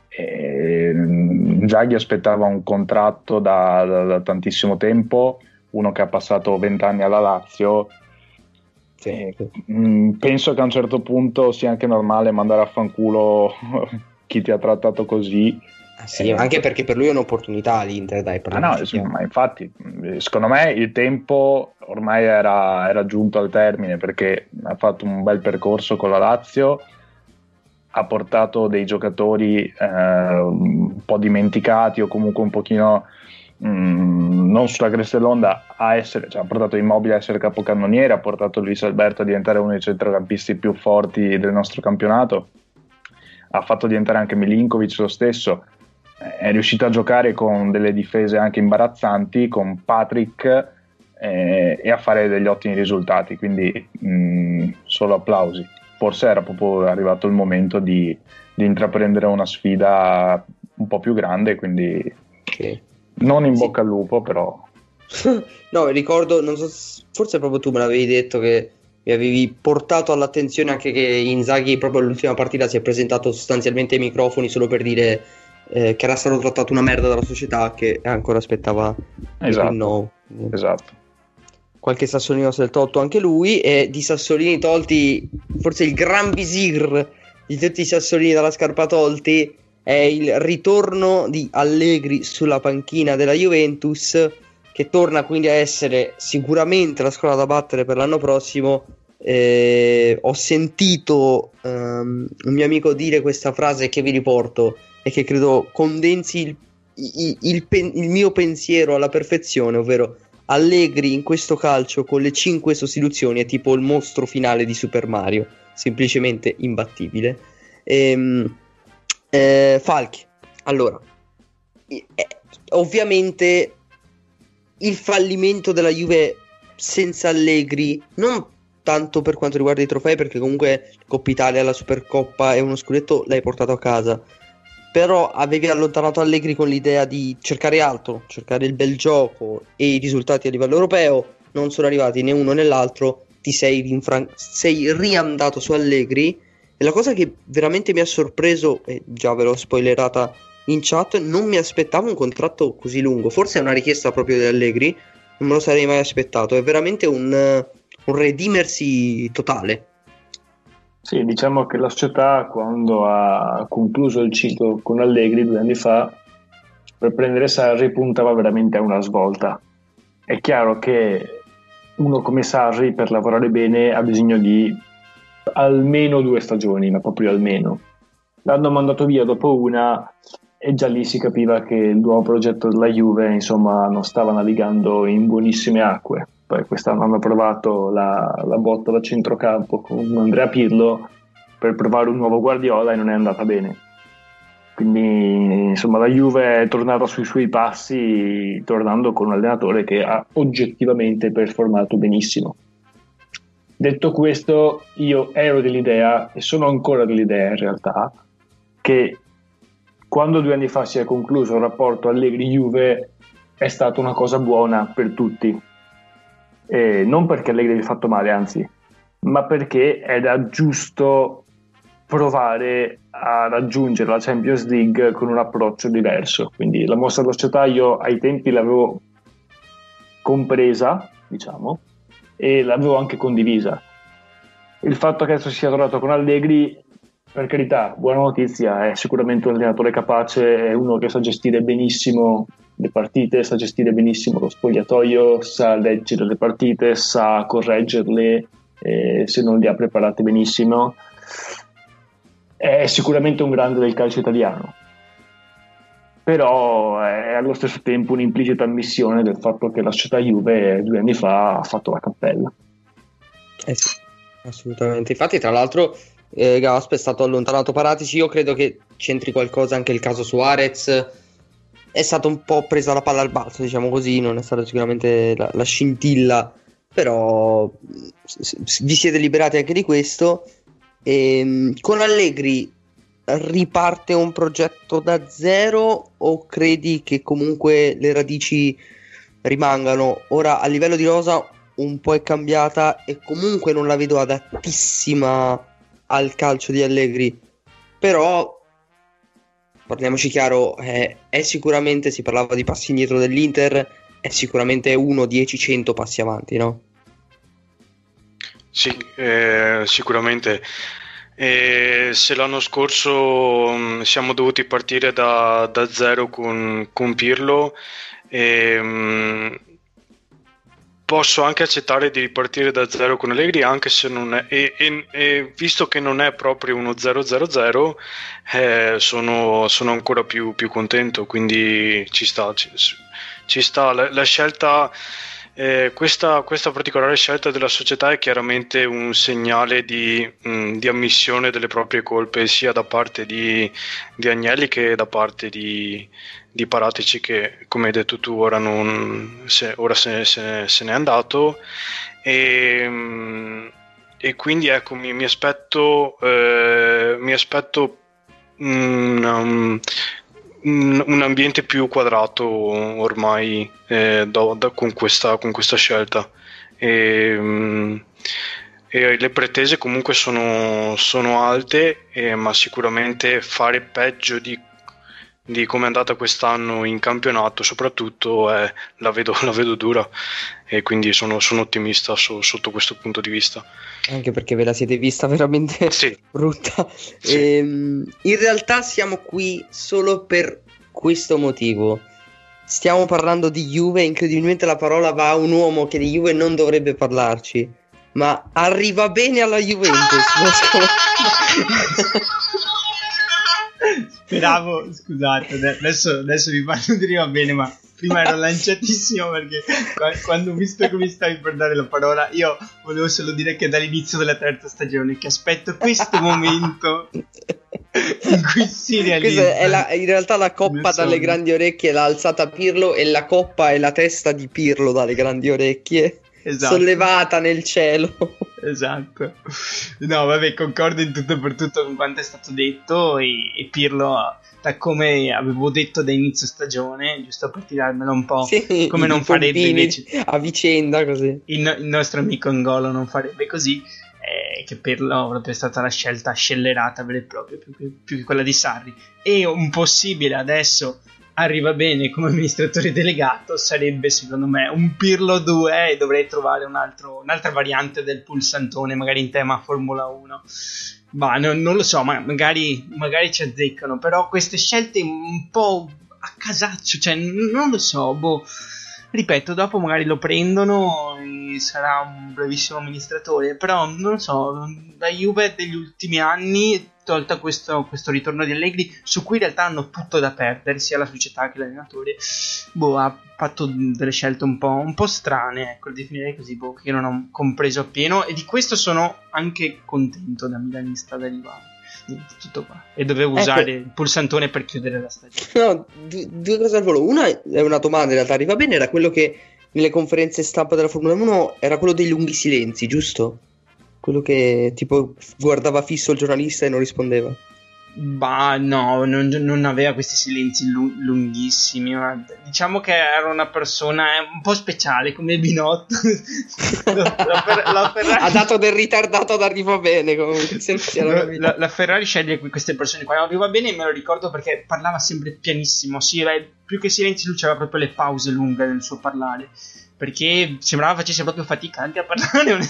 Inzaghi aspettava un contratto da tantissimo tempo, uno che ha passato 20 anni alla Lazio. Sì. Penso che a un certo punto sia anche normale mandare a fanculo chi ti ha trattato così. Sì, anche perché per lui è un'opportunità l'Inter, dai. Ma infatti, secondo me il tempo ormai era giunto al termine, perché ha fatto un bel percorso con la Lazio, ha portato dei giocatori un po' dimenticati o comunque un pochino non sulla cresta dell'onda ha portato Immobile a essere capocannoniere, ha portato Luis Alberto a diventare uno dei centrocampisti più forti del nostro campionato, ha fatto diventare anche Milinkovic lo stesso, è riuscito a giocare con delle difese anche imbarazzanti, con Patrick, e a fare degli ottimi risultati, quindi solo applausi. Forse era proprio arrivato il momento di intraprendere una sfida un po' più grande, quindi non in bocca al lupo, però. No, ricordo, non so, forse proprio tu me l'avevi detto, che mi avevi portato all'attenzione anche che Inzaghi proprio all'ultima partita si è presentato sostanzialmente ai microfoni solo per dire che era stato trattato una merda dalla società, che ancora aspettava il rinnovo. Esatto. Qualche sassolino se l'è tolto anche lui, e di sassolini tolti forse il gran visir di tutti i sassolini dalla scarpa tolti è il ritorno di Allegri sulla panchina della Juventus, che torna quindi a essere sicuramente la squadra da battere per l'anno prossimo. Ho sentito un mio amico dire questa frase che vi riporto e che credo condensi il mio pensiero alla perfezione, ovvero Allegri in questo calcio con le 5 sostituzioni è tipo il mostro finale di Super Mario, semplicemente imbattibile. Falchi, allora, ovviamente il fallimento della Juve senza Allegri, non tanto per quanto riguarda i trofei, perché comunque Coppa Italia, la Supercoppa e uno scudetto l'hai portato a casa, però avevi allontanato Allegri con l'idea di cercare altro, cercare il bel gioco e i risultati a livello europeo non sono arrivati né uno né l'altro, ti sei riandato su Allegri, e la cosa che veramente mi ha sorpreso, e già ve l'ho spoilerata in chat, non mi aspettavo un contratto così lungo, forse è una richiesta proprio di Allegri, non me lo sarei mai aspettato, è veramente un redimersi totale. Sì, diciamo che la società, quando ha concluso il ciclo con Allegri 2 anni fa, per prendere Sarri puntava veramente a una svolta. È chiaro che uno come Sarri, per lavorare bene, ha bisogno di almeno 2 stagioni, ma proprio almeno. L'hanno mandato via dopo una, e già lì si capiva che il nuovo progetto della Juve, insomma, non stava navigando in buonissime acque. Poi quest'anno hanno provato la botta da centrocampo con Andrea Pirlo per provare un nuovo Guardiola e non è andata bene. Quindi insomma la Juve è tornata sui suoi passi, tornando con un allenatore che ha oggettivamente performato benissimo. Detto questo, io ero dell'idea, e sono ancora dell'idea in realtà, che quando 2 anni fa si è concluso il rapporto Allegri-Juve è stata una cosa buona per tutti. E non perché Allegri abbia fatto male, anzi, ma perché era giusto provare a raggiungere la Champions League con un approccio diverso. Quindi la mossa dello società io ai tempi l'avevo compresa, diciamo, e l'avevo anche condivisa. Il fatto che adesso sia tornato con Allegri, per carità, buona notizia, è sicuramente un allenatore capace, è uno che sa gestire benissimo le partite, sa gestire benissimo lo spogliatoio, sa leggere le partite, sa correggerle se non le ha preparate benissimo. È sicuramente un grande del calcio italiano, però è allo stesso tempo un'implicita ammissione del fatto che la società Juve 2 anni fa ha fatto la cappella. Sì, assolutamente. Infatti, tra l'altro, Gasp è stato allontanato Paratici. Io credo che c'entri qualcosa anche il caso Suarez. È stato un po' presa la palla al balzo, diciamo così, non è stata sicuramente la scintilla, però vi siete liberati anche di questo. Con Allegri riparte un progetto da zero o credi che comunque le radici rimangano? Ora a livello di rosa un po' è cambiata e comunque non la vedo adattissima al calcio di Allegri, però parliamoci chiaro, è sicuramente, si parlava di passi indietro dell'Inter, è sicuramente 1, 10, 100 passi avanti, no? Sì, sicuramente. Se l'anno scorso siamo dovuti partire da zero con Pirlo, posso anche accettare di ripartire da zero con Allegri, anche se non è, e visto che non è proprio uno 0-0-0, sono ancora più contento, quindi ci sta la scelta. Questa particolare scelta della società è chiaramente un segnale di ammissione delle proprie colpe, sia da parte di Agnelli che da parte di Paratici, che, come hai detto tu, ora se ne è andato, e quindi ecco, mi aspetto un ambiente più quadrato ormai con questa scelta, e le pretese comunque sono alte, ma sicuramente fare peggio di come è andata quest'anno in campionato soprattutto la vedo dura, e quindi sono ottimista sotto questo punto di vista, anche perché ve la siete vista veramente brutta. Sì. In realtà siamo qui solo per questo motivo. Stiamo parlando di Juve, incredibilmente la parola va a un uomo che di Juve non dovrebbe parlarci, ma arriva bene alla Juventus. Speravo, scusate, adesso vi parlo di arriva bene, ma prima ero lanciatissimo perché quando ho visto che mi stavi per dare la parola, io volevo solo dire che dall'inizio della 3ª stagione che aspetto questo momento in cui si realizza. Questa è in realtà la coppa dalle grandi orecchie l'ha alzata Pirlo, e la coppa è la testa di Pirlo dalle grandi orecchie, esatto, sollevata nel cielo. Esatto. No, vabbè, concordo in tutto e per tutto con quanto è stato detto, e Pirlo, da come avevo detto da inizio stagione, giusto per tirarmelo un po', sì, come non farebbe invece a vicenda così il nostro amico N'Golo non farebbe così, che Pirlo proprio è stata la scelta scellerata vera e propria, più che quella di Sarri. E un possibile adesso arriva bene come amministratore delegato sarebbe secondo me un Pirlo 2, e dovrei trovare un'altra variante del pulsantone, magari in tema Formula 1. Ma non lo so, magari ci azzeccano, però queste scelte un po' a casaccio, cioè non lo so, ripeto, dopo magari lo prendono e sarà un bravissimo amministratore, però non lo so, la Juve degli ultimi anni tolta questo ritorno di Allegri, su cui in realtà hanno tutto da perdere, sia la società che l'allenatore, ha fatto delle scelte un po' strane, ecco, definirei così, che io non ho compreso appieno, e di questo sono anche contento da milanista da arrivare. Tutto qua. E dovevo usare il pulsantone per chiudere la stagione. No, due cose al volo. Una è una domanda, in realtà arriva bene, era quello che nelle conferenze stampa della Formula 1 era quello dei lunghi silenzi, giusto? Quello che tipo guardava fisso il giornalista e non rispondeva. No, non aveva questi silenzi lunghissimi, ma diciamo che era una persona un po' speciale come Binotto. la Ferrari... Ha dato del ritardato ad arriva bene comunque. La Ferrari sceglie queste persone qua, arriva bene, me lo ricordo perché parlava sempre pianissimo, sì, più che silenzi lui c'aveva proprio le pause lunghe nel suo parlare, perché sembrava facesse proprio fatica anche a parlare.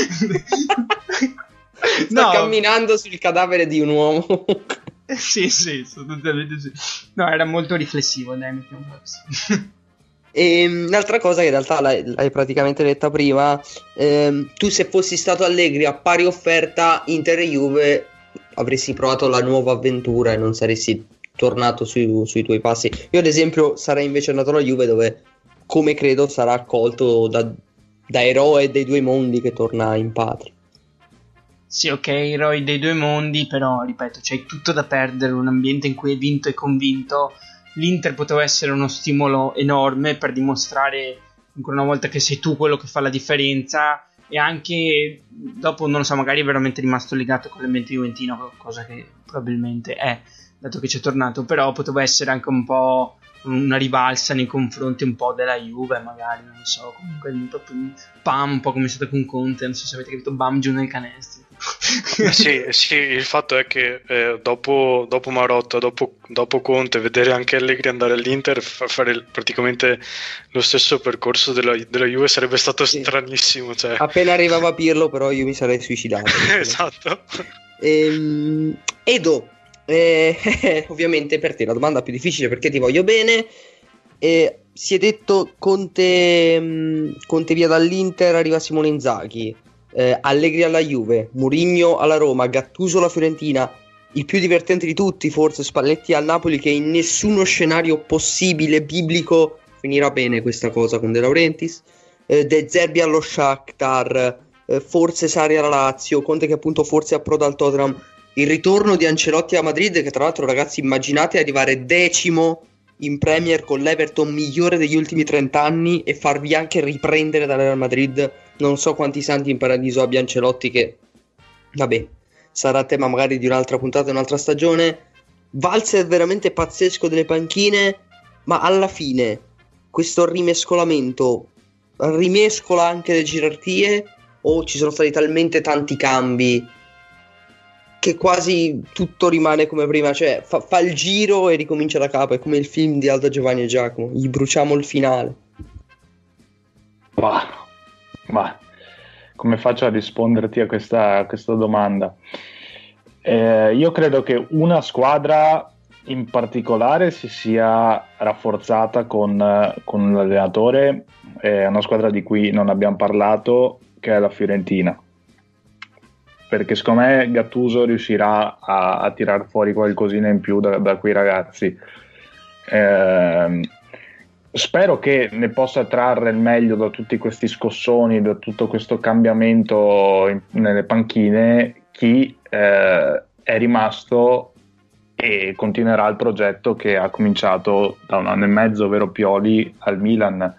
Sta camminando sul cadavere di un uomo. Sì, assolutamente sì. No, era molto riflessivo, dai, mettiamo così. E un'altra cosa che in realtà l'hai praticamente detta prima, tu se fossi stato Allegri a pari offerta Inter e Juve avresti provato la nuova avventura e non saresti tornato sui tuoi passi. Io ad esempio sarei invece andato alla Juve, dove come credo sarà accolto da eroe dei due mondi che torna in patria. Sì, ok, eroi dei due mondi, però ripeto, c'hai tutto da perdere, un ambiente in cui hai vinto e convinto. L'Inter poteva essere uno stimolo enorme per dimostrare ancora una volta che sei tu quello che fa la differenza, e anche dopo, non lo so, magari è veramente rimasto legato con l'ambiente juventino, cosa che probabilmente è, dato che c'è tornato, però poteva essere anche un po' una rivalsa nei confronti un po' della Juve, magari, non so, comunque proprio un po' come è stato con Conte, non so se avete capito, bam giù nel canestro. Sì, il fatto è che dopo Marotta, dopo Conte, vedere anche Allegri andare all'Inter, fare praticamente lo stesso percorso della Juve sarebbe stato stranissimo, cioè. Appena arrivava Pirlo però io mi sarei suicidato. Esatto. Edo, ovviamente per te la domanda più difficile, perché ti voglio bene. Si è detto Conte via dall'Inter, arriva Simone Inzaghi, Allegri alla Juve, Mourinho alla Roma, Gattuso alla Fiorentina, il più divertente di tutti forse Spalletti al Napoli, che in nessuno scenario possibile biblico finirà bene questa cosa con De Laurentiis, De Zerbi allo Shakhtar, forse Sarri alla Lazio, Conte che appunto forse approda al Tottenham, il ritorno di Ancelotti a Madrid, che tra l'altro ragazzi immaginate arrivare 10° in Premier con l'Everton migliore degli ultimi 30 anni e farvi anche riprendere dal Real Madrid. Non so quanti santi in paradiso abbia Ancelotti, che vabbè sarà tema magari di un'altra puntata, un'altra stagione. Valzer veramente pazzesco delle panchine, ma alla fine questo rimescolamento rimescola anche le gerarchie, o ci sono stati talmente tanti cambi che quasi tutto rimane come prima, cioè fa il giro e ricomincia da capo? È come il film di Aldo, Giovanni e Giacomo, gli bruciamo il finale. Ma come faccio a risponderti a questa domanda? Io credo che una squadra in particolare si sia rafforzata con l'allenatore, una squadra di cui non abbiamo parlato, che è la Fiorentina, perché secondo me Gattuso riuscirà a tirar fuori qualcosina in più da quei ragazzi. Spero che ne possa trarre il meglio da tutti questi scossoni, da tutto questo cambiamento nelle panchine, chi è rimasto e continuerà il progetto che ha cominciato da 1 anno e mezzo, ovvero Pioli al Milan.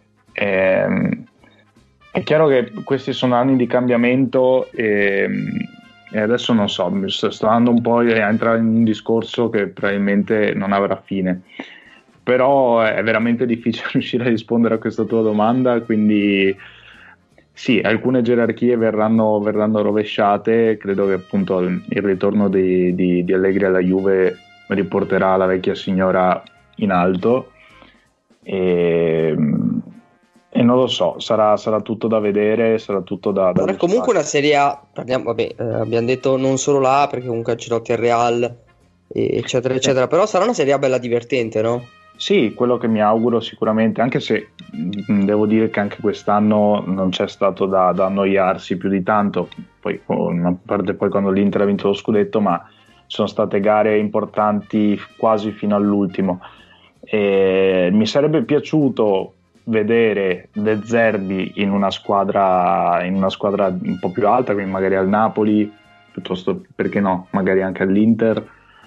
È chiaro che questi sono anni di cambiamento e adesso non so, sto andando un po' a entrare in un discorso che probabilmente non avrà fine, però è veramente difficile riuscire a rispondere a questa tua domanda, quindi sì, alcune gerarchie verranno rovesciate. Credo che appunto il ritorno di Allegri alla Juve riporterà la vecchia signora in alto e non lo so, sarà tutto da vedere, sarà tutto da comunque una Serie A, abbiamo detto non solo là, perché comunque Ancelotti al Real eccetera eccetera, però sarà una Serie A bella divertente, no? Sì, quello che mi auguro sicuramente, anche se devo dire che anche quest'anno non c'è stato da annoiarsi più di tanto, poi a parte poi quando l'Inter ha vinto lo scudetto, ma sono state gare importanti quasi fino all'ultimo. E mi sarebbe piaciuto vedere De Zerbi in una squadra un po' più alta, quindi magari al Napoli, piuttosto, perché no, magari anche all'Inter.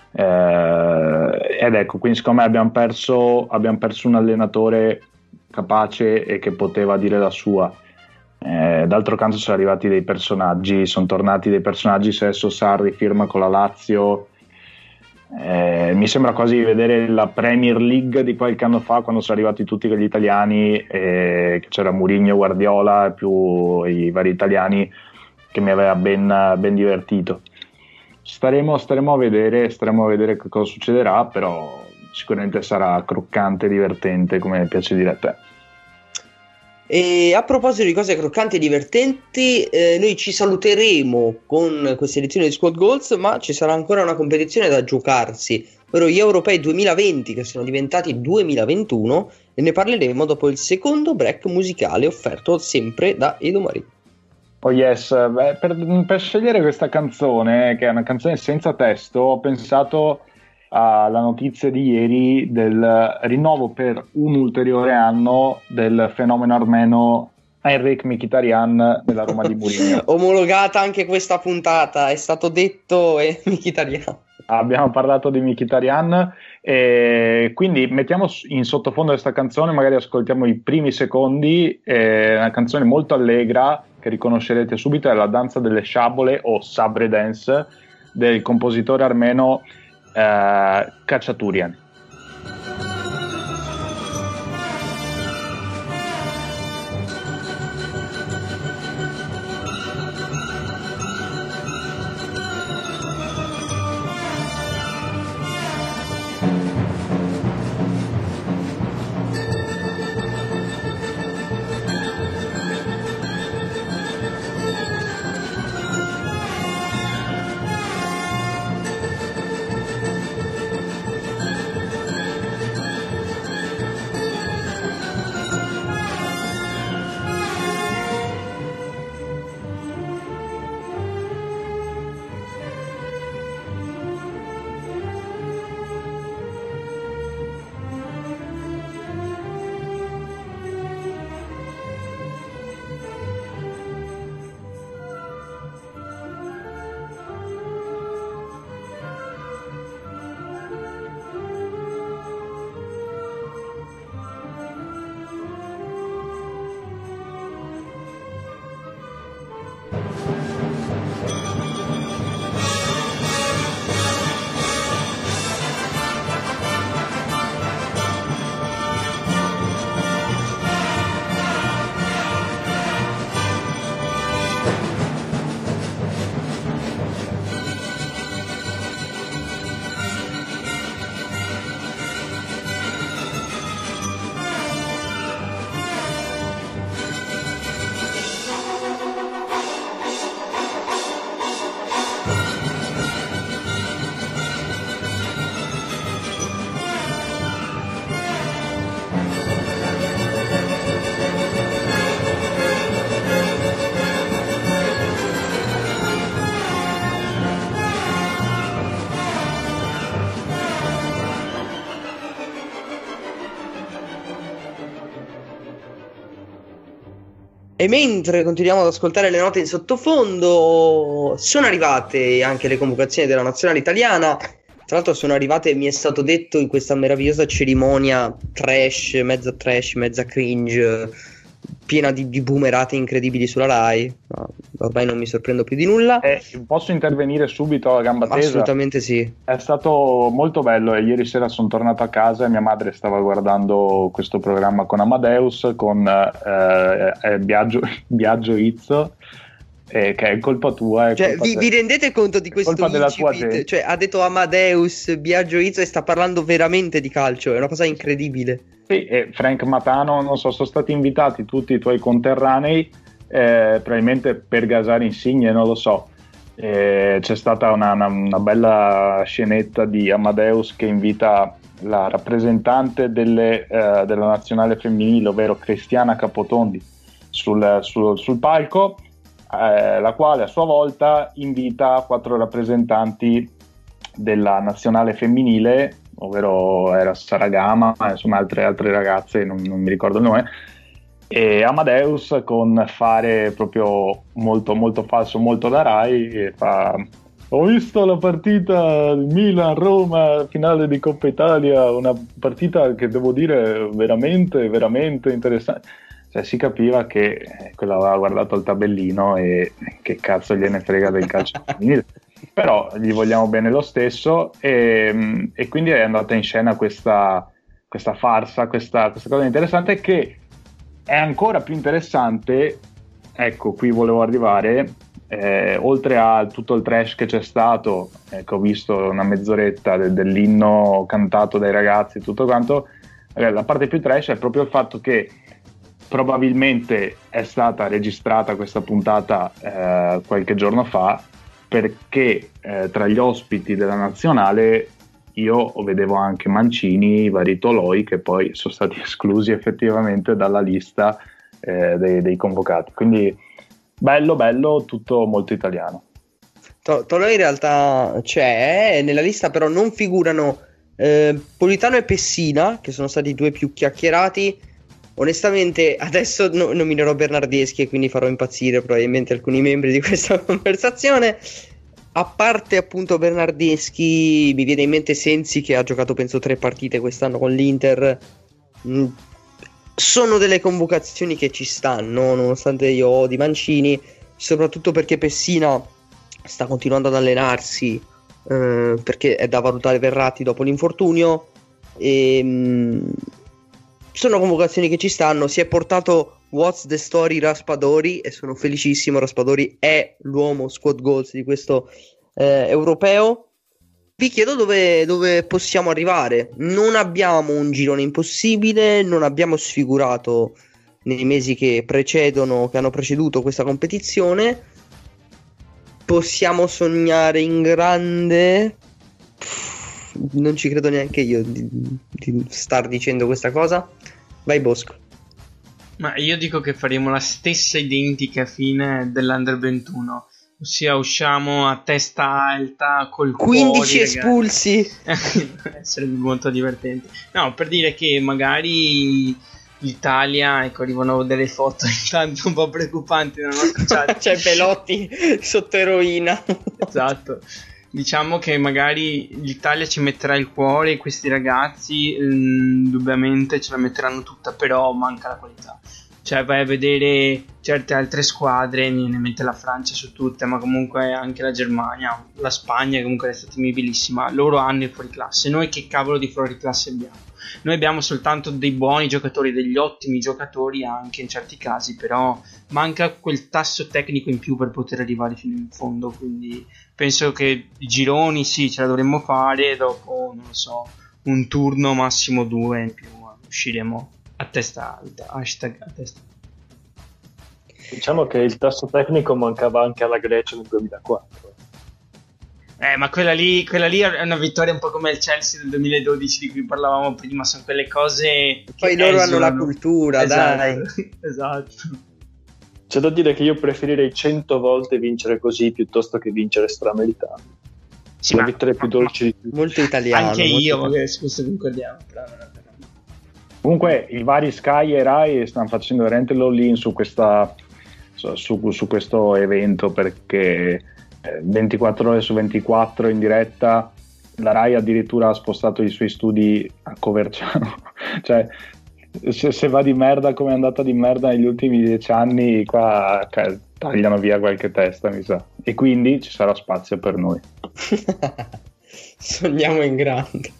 Ed ecco, quindi secondo me abbiamo perso un allenatore capace e che poteva dire la sua. D'altro canto sono arrivati dei personaggi, sono tornati dei personaggi. Se adesso Sarri firma con la Lazio, mi sembra quasi di vedere la Premier League di qualche anno fa, quando sono arrivati tutti quegli italiani, che c'era Mourinho, Guardiola e più i vari italiani, che mi aveva ben divertito. Staremo a vedere che cosa succederà, però sicuramente sarà croccante e divertente, come piace dire a te. E a proposito di cose croccanti e divertenti, noi ci saluteremo con questa edizione di Squad Goals, ma ci sarà ancora una competizione da giocarsi, ovvero gli Europei 2020 che sono diventati 2021, e ne parleremo dopo il secondo break musicale offerto sempre da Edo Marie. Oh yes, per scegliere questa canzone, che è una canzone senza testo, ho pensato alla notizia di ieri del rinnovo per un ulteriore anno del fenomeno armeno Henrikh Mkhitaryan nella Roma di Mourinho. Omologata anche questa puntata, è stato detto Mkhitaryan. Abbiamo parlato di Mkhitaryan, e quindi mettiamo in sottofondo questa canzone, magari ascoltiamo i primi secondi. È una canzone molto allegra che riconoscerete subito, è la danza delle sciabole o Sabre Dance del compositore armeno Khachaturian. E mentre continuiamo ad ascoltare le note in sottofondo, sono arrivate anche le convocazioni della nazionale italiana. Tra l'altro sono arrivate, mi è stato detto, in questa meravigliosa cerimonia trash, mezza cringe, piena di boomerate incredibili sulla Rai. No, ormai non mi sorprendo più di nulla. Posso intervenire subito a gamba tesa? Assolutamente sì. È stato molto bello, e ieri sera sono tornato a casa e mia madre stava guardando questo programma con Amadeus, con Biagio Izzo, che è colpa tua. Cioè, vi rendete conto di questo incipit? Cioè, ha detto Amadeus, Biagio Izzo, e sta parlando veramente di calcio, è una cosa incredibile. Sì, e Frank Matano, non so, sono stati invitati tutti i tuoi conterranei, probabilmente per gasare Insigne, non lo so. C'è stata una bella scenetta di Amadeus che invita la rappresentante della nazionale femminile, ovvero Cristiana Capotondi, sul palco, la quale a sua volta invita 4 rappresentanti della nazionale femminile, ovvero era Saragama, insomma altre ragazze, non mi ricordo il nome, e Amadeus con fare proprio molto molto falso, molto da Rai, e fa: ho visto la partita Milan-Roma, finale di Coppa Italia, una partita che devo dire veramente veramente interessante. Cioè si capiva che quello aveva guardato il tabellino e che cazzo gliene frega del calcio femminile, però gli vogliamo bene lo stesso, e quindi è andata in scena questa farsa, questa cosa interessante, che è ancora più interessante. Ecco, qui volevo arrivare, oltre a tutto il trash che c'è stato, che ho visto una mezz'oretta dell'inno cantato dai ragazzi, tutto quanto, la parte più trash è proprio il fatto che probabilmente è stata registrata questa puntata qualche giorno fa, perché tra gli ospiti della nazionale io vedevo anche Mancini, vari Toloi, che poi sono stati esclusi effettivamente dalla lista dei convocati, quindi bello, tutto molto italiano. Toloi in realtà c'è nella lista, però non figurano Politano e Pessina, che sono stati i due più chiacchierati. Onestamente adesso nominerò Bernardeschi, e quindi farò impazzire probabilmente alcuni membri di questa conversazione. A parte appunto Bernardeschi, mi viene in mente Sensi, che ha giocato penso 3 partite quest'anno con l'Inter. Sono delle convocazioni che ci stanno, nonostante io odi Mancini, soprattutto perché Pessina sta continuando ad allenarsi, perché è da valutare Verratti dopo l'infortunio, e sono convocazioni che ci stanno. Si è portato What's the Story Raspadori, e sono felicissimo. Raspadori è l'uomo squad goals di questo europeo. Vi chiedo dove possiamo arrivare. Non abbiamo un girone impossibile, non abbiamo sfigurato nei mesi che hanno preceduto questa competizione. Possiamo sognare in grande? Non ci credo neanche io di star dicendo questa cosa. Vai Bosco. Ma io dico che faremo la stessa identica fine dell'Under 21, ossia usciamo a testa alta col 15 cuori, espulsi. Sarebbe molto divertente. No, per dire che magari l'Italia, ecco, arrivano delle foto intanto un po' preoccupanti nella nostra chat. C'è Belotti sotto eroina. Esatto. Diciamo che magari l'Italia ci metterà il cuore, questi ragazzi indubbiamente ce la metteranno tutta, però manca la qualità. Cioè vai a vedere certe altre squadre, mi viene in mente la Francia su tutte, ma comunque anche la Germania, la Spagna comunque è stata temibilissima. Loro hanno il fuoriclasse, noi che cavolo di fuoriclasse abbiamo? Noi abbiamo soltanto dei buoni giocatori, degli ottimi giocatori anche in certi casi, però manca quel tasso tecnico in più per poter arrivare fino in fondo, quindi penso che i gironi sì, ce la dovremmo fare, dopo non lo so, un turno massimo 2 in più usciremo a testa alta, hashtag a testa. Diciamo che il tasso tecnico mancava anche alla Grecia nel 2004. Ma quella lì è una vittoria un po' come il Chelsea del 2012 di cui parlavamo prima, sono quelle cose che poi loro hanno la cultura, esatto, dai. Esatto. C'è da dire che io preferirei 100 volte vincere così piuttosto che vincere strameritando. Sì, la vittoria più dolce di tutti. Molto italiano. Anche io, magari su questo concordiamo. Comunque i vari Sky e Rai stanno facendo veramente l'all-in su questo evento, perché 24 ore su 24 in diretta. La Rai addirittura ha spostato i suoi studi a Coverciano. Cioè se va di merda come è andata di merda negli ultimi 10 anni, qua tagliano via qualche testa, mi sa, e quindi ci sarà spazio per noi. Sogniamo in grande.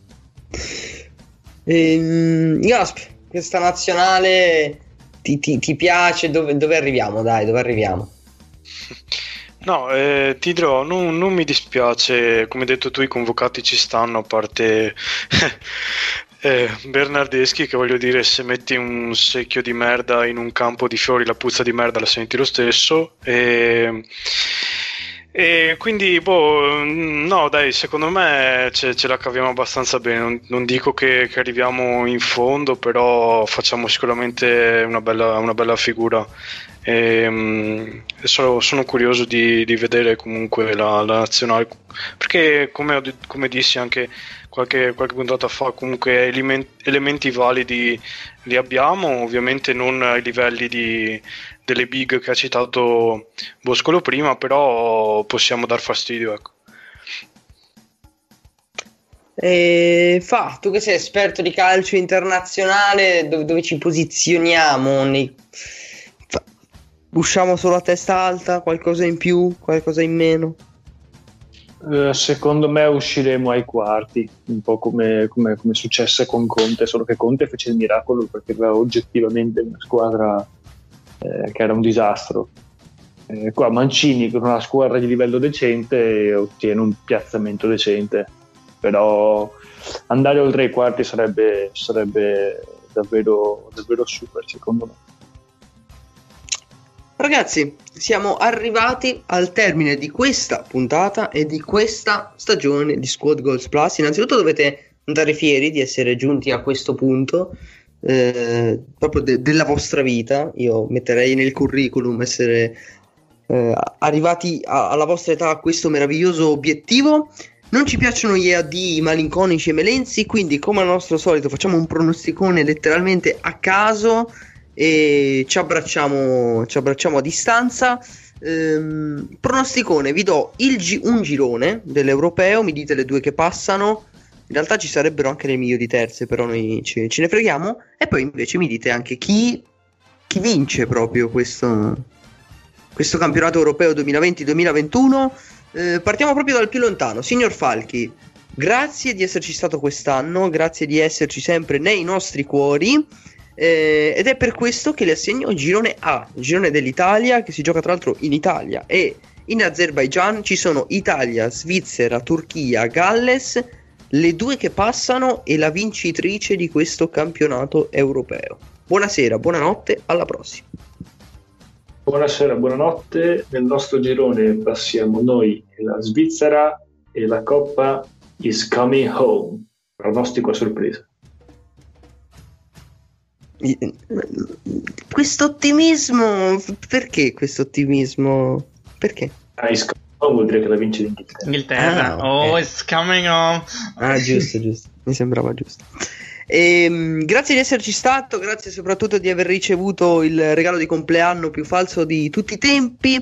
Gasp, questa nazionale ti piace? Dove arriviamo? Dai, dove arriviamo? No, ti dirò, non mi dispiace, come hai detto tu, i convocati ci stanno, a parte Bernardeschi, che voglio dire, se metti un secchio di merda in un campo di fiori, la puzza di merda la senti lo stesso, e quindi no dai, secondo me ce la caviamo abbastanza bene. Non dico che arriviamo in fondo, però facciamo sicuramente una bella figura, Sono curioso di vedere comunque la nazionale, perché come dissi anche qualche puntata fa, comunque elementi validi li abbiamo, ovviamente non ai livelli delle big che ha citato Boscolo prima, però possiamo dar fastidio, ecco. Tu che sei esperto di calcio internazionale, dove ci posizioniamo? Usciamo solo a testa alta? Qualcosa in più? Qualcosa in meno? Secondo me usciremo ai quarti, un po' come successe con Conte, solo che Conte fece il miracolo perché aveva oggettivamente una squadra che era un disastro. Qua Mancini con una squadra di livello decente ottiene un piazzamento decente, però andare oltre i quarti sarebbe davvero super, secondo me. Ragazzi, siamo arrivati al termine di questa puntata e di questa stagione di Squad Goals Plus. Innanzitutto dovete andare fieri di essere giunti a questo punto proprio della vostra vita. Io metterei nel curriculum essere arrivati alla vostra età a questo meraviglioso obiettivo. Non ci piacciono gli AD malinconici e melenzi, quindi come al nostro solito facciamo un pronosticone letteralmente a caso e ci abbracciamo a distanza. Pronosticone, vi do un girone dell'Europeo, mi dite le due che passano. In realtà ci sarebbero anche le migliori terze, però noi ce ne freghiamo. E poi invece mi dite anche chi vince proprio questo campionato europeo 2020-2021. Partiamo proprio dal più lontano. Signor Falchi, grazie di esserci stato quest'anno, grazie di esserci sempre nei nostri cuori. Ed è per questo che le assegno il girone A, il girone dell'Italia, che si gioca tra l'altro in Italia e in Azerbaigian. Ci sono Italia, Svizzera, Turchia, Galles, le due che passano e la vincitrice di questo campionato europeo. Buonasera, buonanotte, alla prossima. Buonasera, buonanotte. Nel nostro girone passiamo noi e la Svizzera e la Coppa is coming home. Pronostico a sorpresa. Questo ottimismo, perché questo ottimismo? Perché? Is coming home vuol dire che la vince l'Inghilterra. Okay. It's coming home. Giusto, mi sembrava giusto. Grazie di esserci stato, grazie soprattutto di aver ricevuto il regalo di compleanno più falso di tutti i tempi.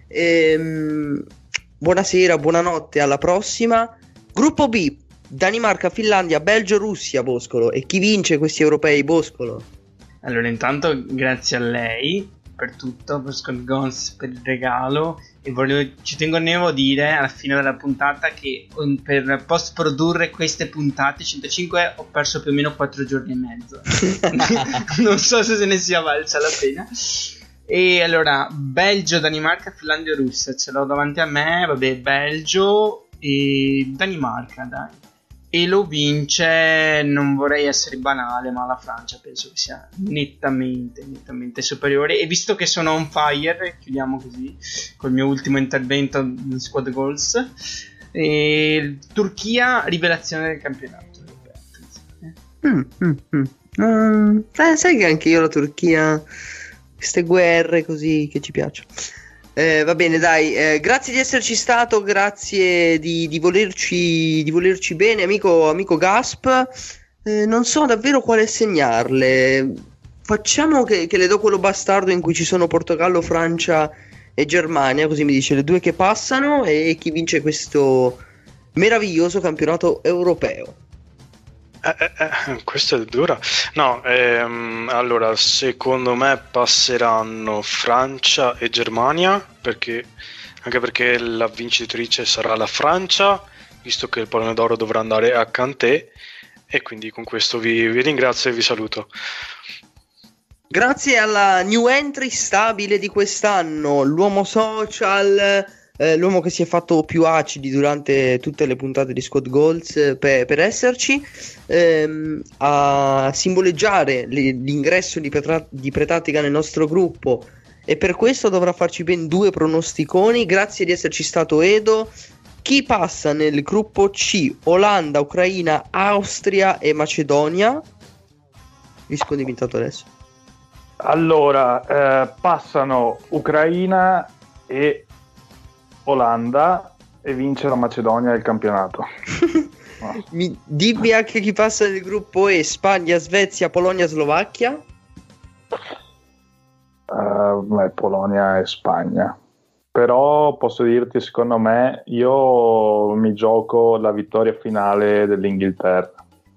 Buonasera, buonanotte, alla prossima. Gruppo B, Danimarca, Finlandia, Belgio, Russia, Boscolo. E chi vince questi europei, Boscolo? Allora, intanto grazie a lei per tutto, per Squad Goals, per il regalo. E ci tengo a dire alla fine della puntata che per post produrre queste puntate 105 ho perso più o meno 4 giorni e mezzo. Non so se ne sia valsa la pena. E allora, Belgio, Danimarca, Finlandia, Russia, ce l'ho davanti a me. Vabbè, Belgio e Danimarca, dai. E lo vince, non vorrei essere banale, ma la Francia penso che sia nettamente superiore. E visto che sono on fire, chiudiamo così col mio ultimo intervento in Squad Goals. E Turchia, rivelazione del campionato. Sai che anche io la Turchia, queste guerre così che ci piacciono. Va bene, dai, grazie di esserci stato, grazie di volerci bene, amico Gasp. Non so davvero quale segnarle. Facciamo che le do quello bastardo in cui ci sono Portogallo, Francia e Germania, così mi dice le due che passano e chi vince questo meraviglioso campionato europeo. Questa è dura. No, allora secondo me passeranno Francia e Germania, anche perché la vincitrice sarà la Francia, visto che il pallone d'oro dovrà andare a Kanté, e quindi con questo vi ringrazio e vi saluto. Grazie alla new entry stabile di quest'anno, l'uomo social, l'uomo che si è fatto più acidi durante tutte le puntate di Squad Goals per esserci, a simboleggiare l'ingresso di Pretattica nel nostro gruppo, e per questo dovrà farci ben 2 pronosticoni. Grazie di esserci stato, Edo. Chi passa nel gruppo C? Olanda, Ucraina, Austria e Macedonia. Rispondimi intanto adesso. Allora, passano Ucraina e Olanda e vince la Macedonia il campionato. Dimmi anche chi passa nel gruppo E: Spagna, Svezia, Polonia, Slovacchia. Polonia e Spagna. Però posso dirti, secondo me, io mi gioco la vittoria finale dell'Inghilterra.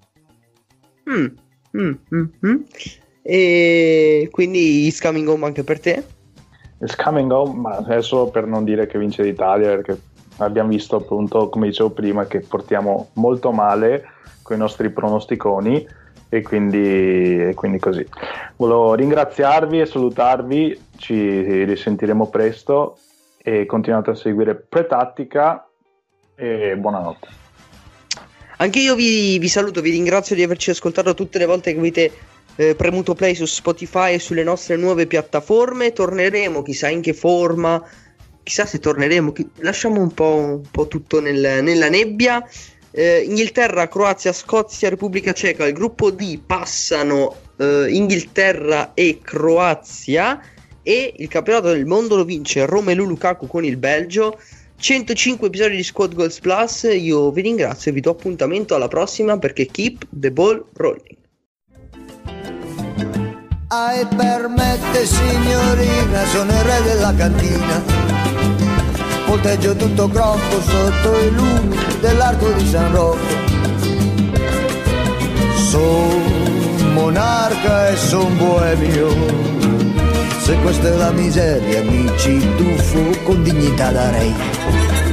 E quindi is coming home anche per te? Is coming home, ma adesso per non dire che vince l'Italia, perché abbiamo visto appunto, come dicevo prima, che portiamo molto male con i nostri pronosticoni e quindi così. Volevo ringraziarvi e salutarvi, ci risentiremo presto e continuate a seguire Pretattica e buonanotte. Anche io vi saluto, vi ringrazio di averci ascoltato tutte le volte che avete premuto play su Spotify e sulle nostre nuove piattaforme. Torneremo, chissà in che forma, chissà se torneremo, lasciamo un po' tutto nella nebbia. Inghilterra, Croazia, Scozia, Repubblica Ceca. Il gruppo D passano Inghilterra e Croazia, e il campionato del mondo lo vince Romelu Lukaku con il Belgio. 105 episodi di Squad Goals Plus. Io vi ringrazio e vi do appuntamento alla prossima, perché keep the ball rolling. Permette signorina, sono il re della cantina, volteggio tutto crocco sotto i lumi dell'arco di San Rocco. Son monarca e son boemio, se questa è la miseria mi ci tuffo con dignità da re.